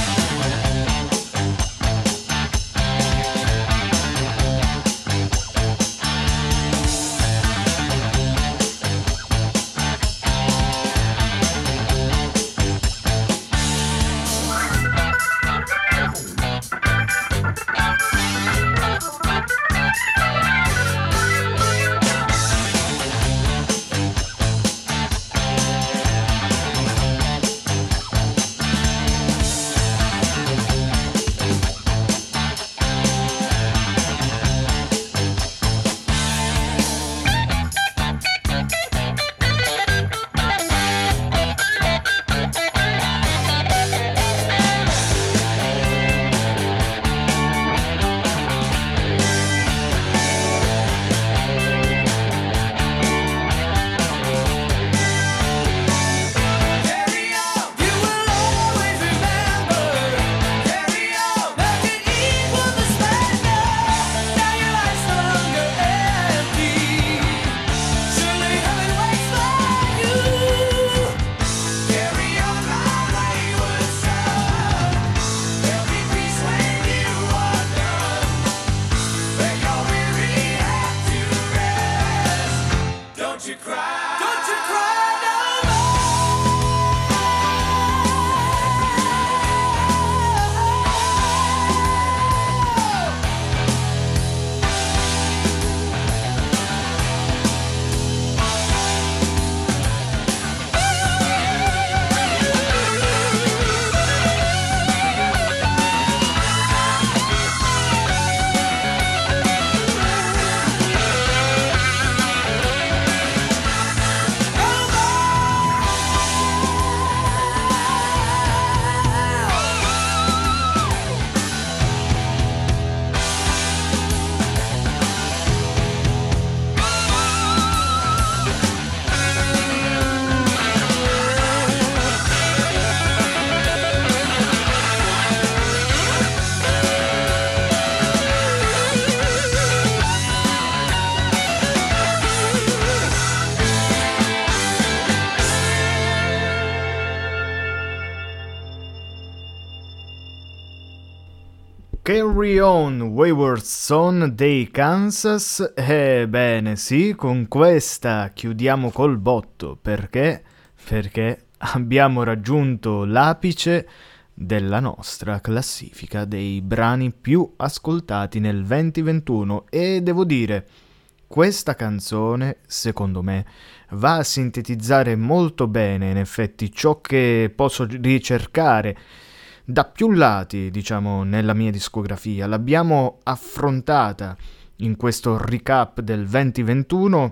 Carry On Wayward Son dei Kansas. Ebbene sì, con questa chiudiamo col botto. Perché? Perché abbiamo raggiunto l'apice della nostra classifica dei brani più ascoltati nel venti ventuno e devo dire, questa canzone, secondo me, va a sintetizzare molto bene in effetti ciò che posso ricercare da più lati, diciamo, nella mia discografia. L'abbiamo affrontata in questo recap del venti ventuno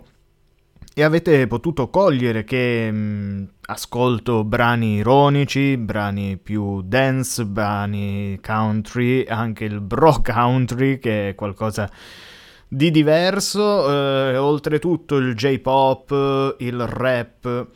e avete potuto cogliere che mh, ascolto brani ironici, brani più dance, brani country, anche il bro country, che è qualcosa di diverso, eh, oltretutto il J-pop, il rap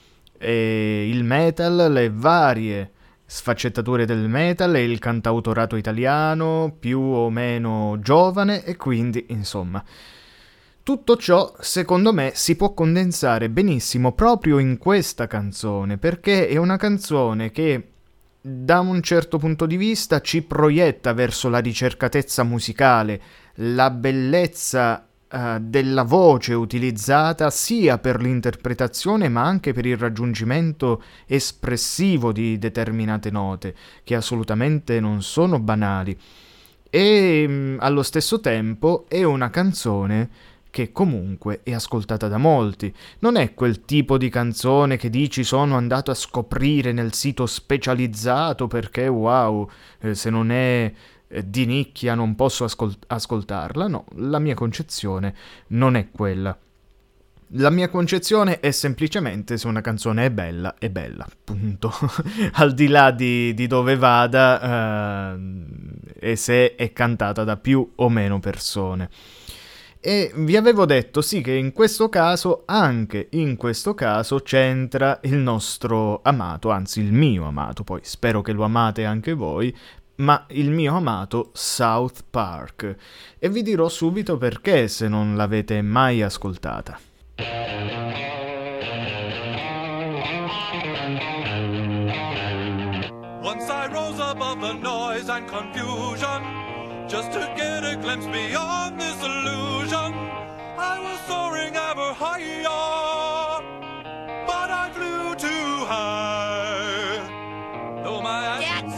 e il metal, le varie sfaccettature del metal e il cantautorato italiano più o meno giovane, e quindi insomma tutto ciò secondo me si può condensare benissimo proprio in questa canzone, perché è una canzone che da un certo punto di vista ci proietta verso la ricercatezza musicale, la bellezza uh, della voce utilizzata sia per l'interpretazione ma anche per il raggiungimento espressivo di determinate note, che assolutamente non sono banali. E mh, allo stesso tempo è una canzone che comunque è ascoltata da molti. Non è quel tipo di canzone che dici sono andato a scoprire nel sito specializzato perché wow, eh, se non è eh, di nicchia non posso ascol- ascoltarla. No, la mia concezione non è quella. La mia concezione è semplicemente se una canzone è bella, è bella, punto. Al di là di, di dove vada eh, e se è cantata da più o meno persone. E vi avevo detto sì che in questo caso, anche in questo caso, c'entra il nostro amato, anzi il mio amato, poi spero che lo amate anche voi, ma il mio amato South Park. E vi dirò subito perché se non l'avete mai ascoltata. Once I rose above the noise and confusion, just to get a glimpse beyond this illusion. I was soaring ever higher, but I flew too high. Though my eyes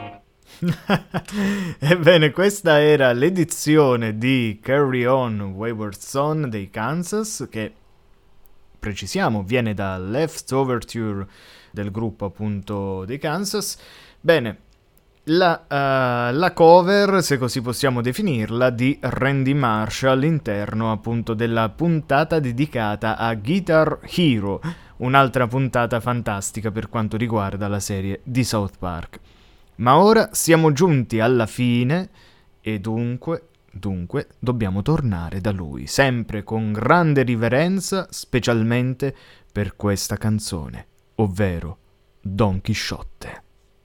see. Ebbene, questa era l'edizione di Carry On Wayward Son dei Kansas, che, precisiamo, viene da Left Overture del gruppo appunto dei Kansas. Bene, la, uh, la cover, se così possiamo definirla, di Randy Marsh all'interno appunto della puntata dedicata a Guitar Hero, un'altra puntata fantastica per quanto riguarda la serie di South Park. Ma ora siamo giunti alla fine e dunque, dunque dobbiamo tornare da lui, sempre con grande riverenza, specialmente per questa canzone, ovvero Don Chisciotte.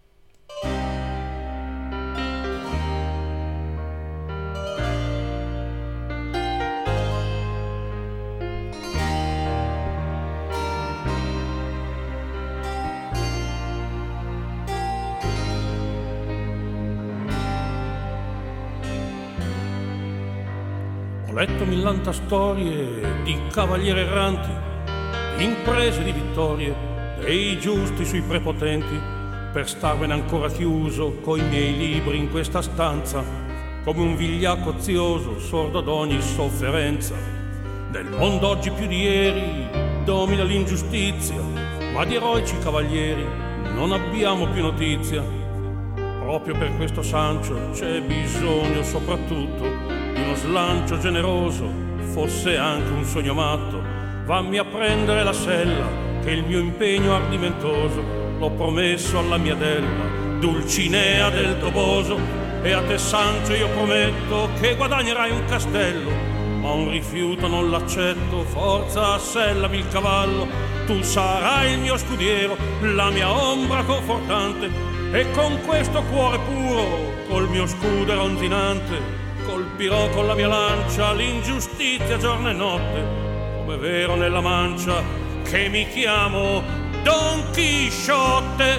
Ho letto millanta storie di cavalieri erranti, di imprese di vittorie, dei giusti sui prepotenti, per starvene ancora chiuso coi miei libri in questa stanza, come un vigliacco ozioso, sordo ad ogni sofferenza. Nel mondo oggi più di ieri domina l'ingiustizia, ma di eroici cavalieri non abbiamo più notizia. Proprio per questo Sancio c'è bisogno soprattutto di uno slancio generoso, fosse anche un sogno matto. Vammi a prendere la sella, che il mio impegno ardimentoso l'ho promesso alla mia Della, Dulcinea del Toboso. E a te Sancio io prometto che guadagnerai un castello, ma un rifiuto non l'accetto, forza assellami il cavallo. Tu sarai il mio scudiero, la mia ombra confortante, e con questo cuore puro, col mio scudo ronzinante, colpirò con la mia lancia l'ingiustizia giorno e notte, come vero nella mancia che mi chiamo Don Chisciotte.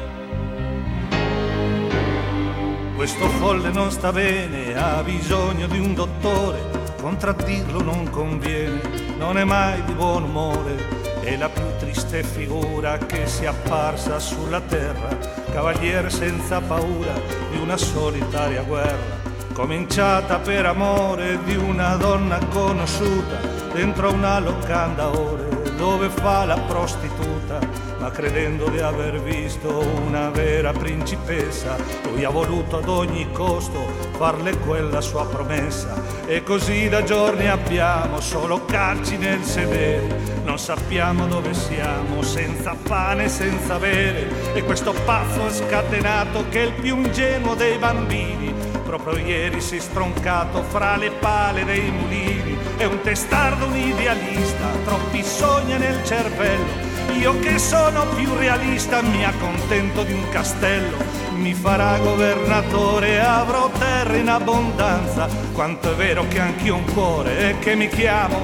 Questo folle non sta bene, ha bisogno di un dottore, contraddirlo non conviene, non è mai di buon umore, è la più triste figura che sia apparsa sulla terra, cavaliere senza paura di una solitaria guerra, cominciata per amore di una donna conosciuta dentro una locanda ore dove fa la prostituta, ma credendo di aver visto una vera principessa, lui ha voluto ad ogni costo farle quella sua promessa. E così da giorni abbiamo solo calci nel sedere, non sappiamo dove siamo, senza pane, senza bere. E questo pazzo scatenato che è il più ingenuo dei bambini, proprio ieri si è stroncato fra le pale dei mulini. È un testardo, un idealista, troppi sogni nel cervello. Io che sono più realista mi accontento di un castello, mi farà governatore, avrò terra in abbondanza. Quanto è vero che anch'io ho un cuore e che mi chiamo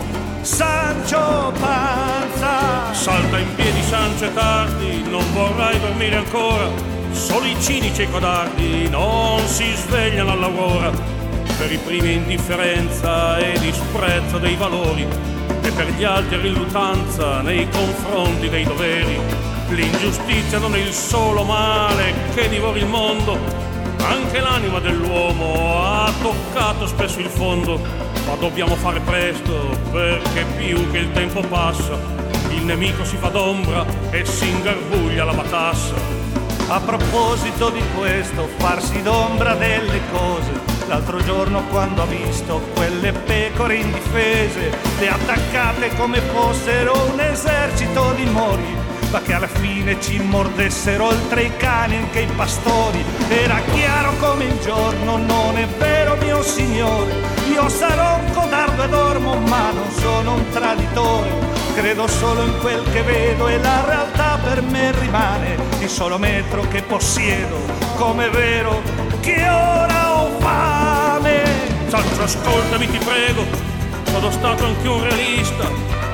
Sancio Panza. Salta in piedi Sancio, è tardi, non vorrai dormire ancora. Solo i cinici e i codardi non si svegliano all'aurora, per i primi indifferenza e disprezzo dei valori, e per gli altri riluttanza nei confronti dei doveri. L'ingiustizia non è il solo male che divora il mondo, anche l'anima dell'uomo ha toccato spesso il fondo. Ma dobbiamo fare presto, perché più che il tempo passa, il nemico si fa d'ombra e si ingarbuglia la matassa. A proposito di questo, farsi d'ombra delle cose, l'altro giorno quando ho visto quelle pecore indifese, le attaccate come fossero un esercito di mori, ma che alla fine ci mordessero oltre i cani anche i pastori. Era chiaro come il giorno, non è vero mio signore, io sarò un codardo e dormo, ma non sono un traditore. Credo solo in quel che vedo e la realtà per me rimane il solo metro che possiedo, come è vero che ora ho fame. Sancio, ascoltami ti prego, sono stato anche un realista,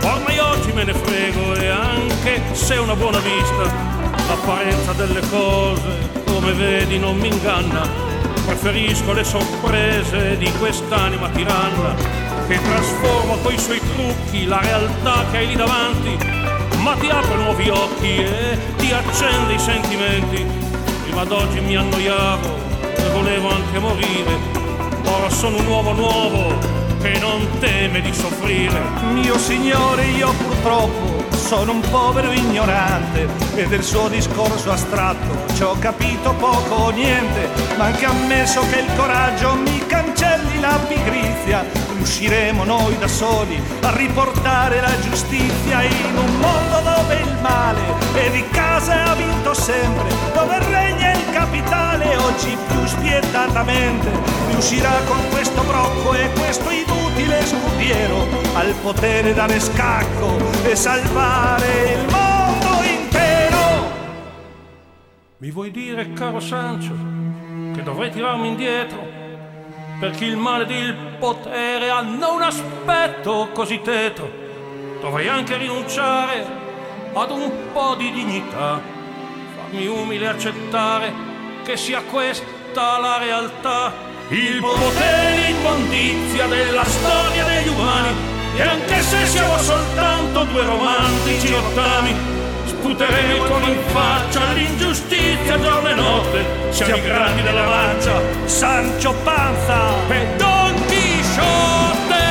ormai oggi me ne frego, e anche se è una buona vista, l'apparenza delle cose, come vedi, non mi inganna. Preferisco le sorprese di quest'anima tiranna, che trasforma coi suoi trucchi la realtà che hai lì davanti, ma ti apre nuovi occhi e ti accende i sentimenti. Prima d'oggi mi annoiavo e volevo anche morire, ora sono un uomo nuovo che non teme di soffrire. Mio signore, io purtroppo sono un povero ignorante e del suo discorso astratto ci ho capito poco o niente, ma anche ammesso che il coraggio mi cancelli la pigrizia, riusciremo noi da soli a riportare la giustizia in un mondo dove il male e di casa ha vinto sempre, dove regna il capitale. Oggi più spietatamente riuscirà con questo brocco e questo inutile scudiero al potere dare scacco e salvare il mondo intero. Mi vuoi dire, caro Sancho, che dovrei tirarmi indietro, perché il male ed il potere hanno un aspetto così tetro? Dovrei anche rinunciare ad un po' di dignità, farmi umile e accettare che sia questa la realtà. Il potere e l'immondizia della storia degli umani, e anche se siamo soltanto due romantici rottami, sputeremo con in faccia l'ingiustizia giorno e notte. Siamo i grandi della mancia, Sancho Panza e Don Chisciotte.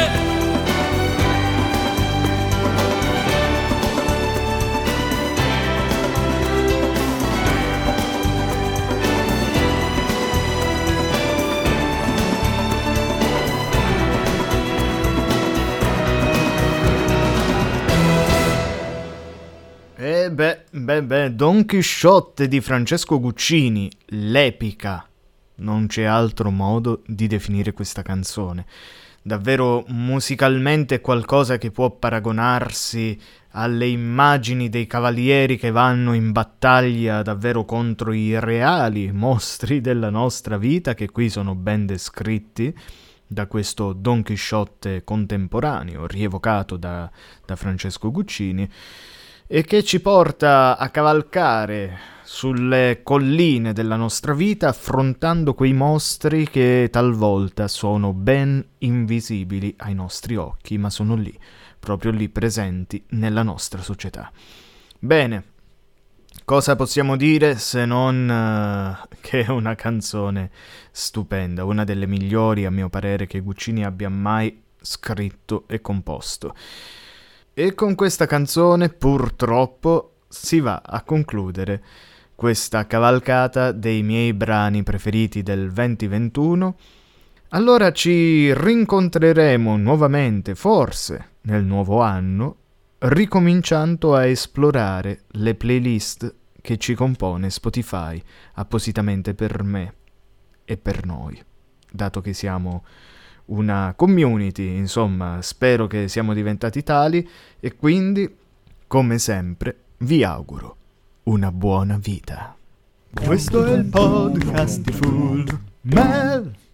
E beh, beh, beh, Don Chisciotte di Francesco Guccini, l'epica. Non c'è altro modo di definire questa canzone. Davvero musicalmente qualcosa che può paragonarsi alle immagini dei cavalieri che vanno in battaglia davvero contro i reali mostri della nostra vita, che qui sono ben descritti da questo Don Chisciotte contemporaneo, rievocato da, da Francesco Guccini, e che ci porta a cavalcare sulle colline della nostra vita affrontando quei mostri che talvolta sono ben invisibili ai nostri occhi, ma sono lì, proprio lì presenti nella nostra società. Bene, cosa possiamo dire se non uh, che è una canzone stupenda, una delle migliori a mio parere che Guccini abbia mai scritto e composto. E con questa canzone, purtroppo, si va a concludere questa cavalcata dei miei brani preferiti del duemilaventuno. Allora ci rincontreremo nuovamente, forse, nel nuovo anno, ricominciando a esplorare le playlist che ci compone Spotify appositamente per me e per noi, dato che siamo una community, insomma, spero che siamo diventati tali, e quindi, come sempre, vi auguro una buona vita. Questo è il podcast di Full Mel.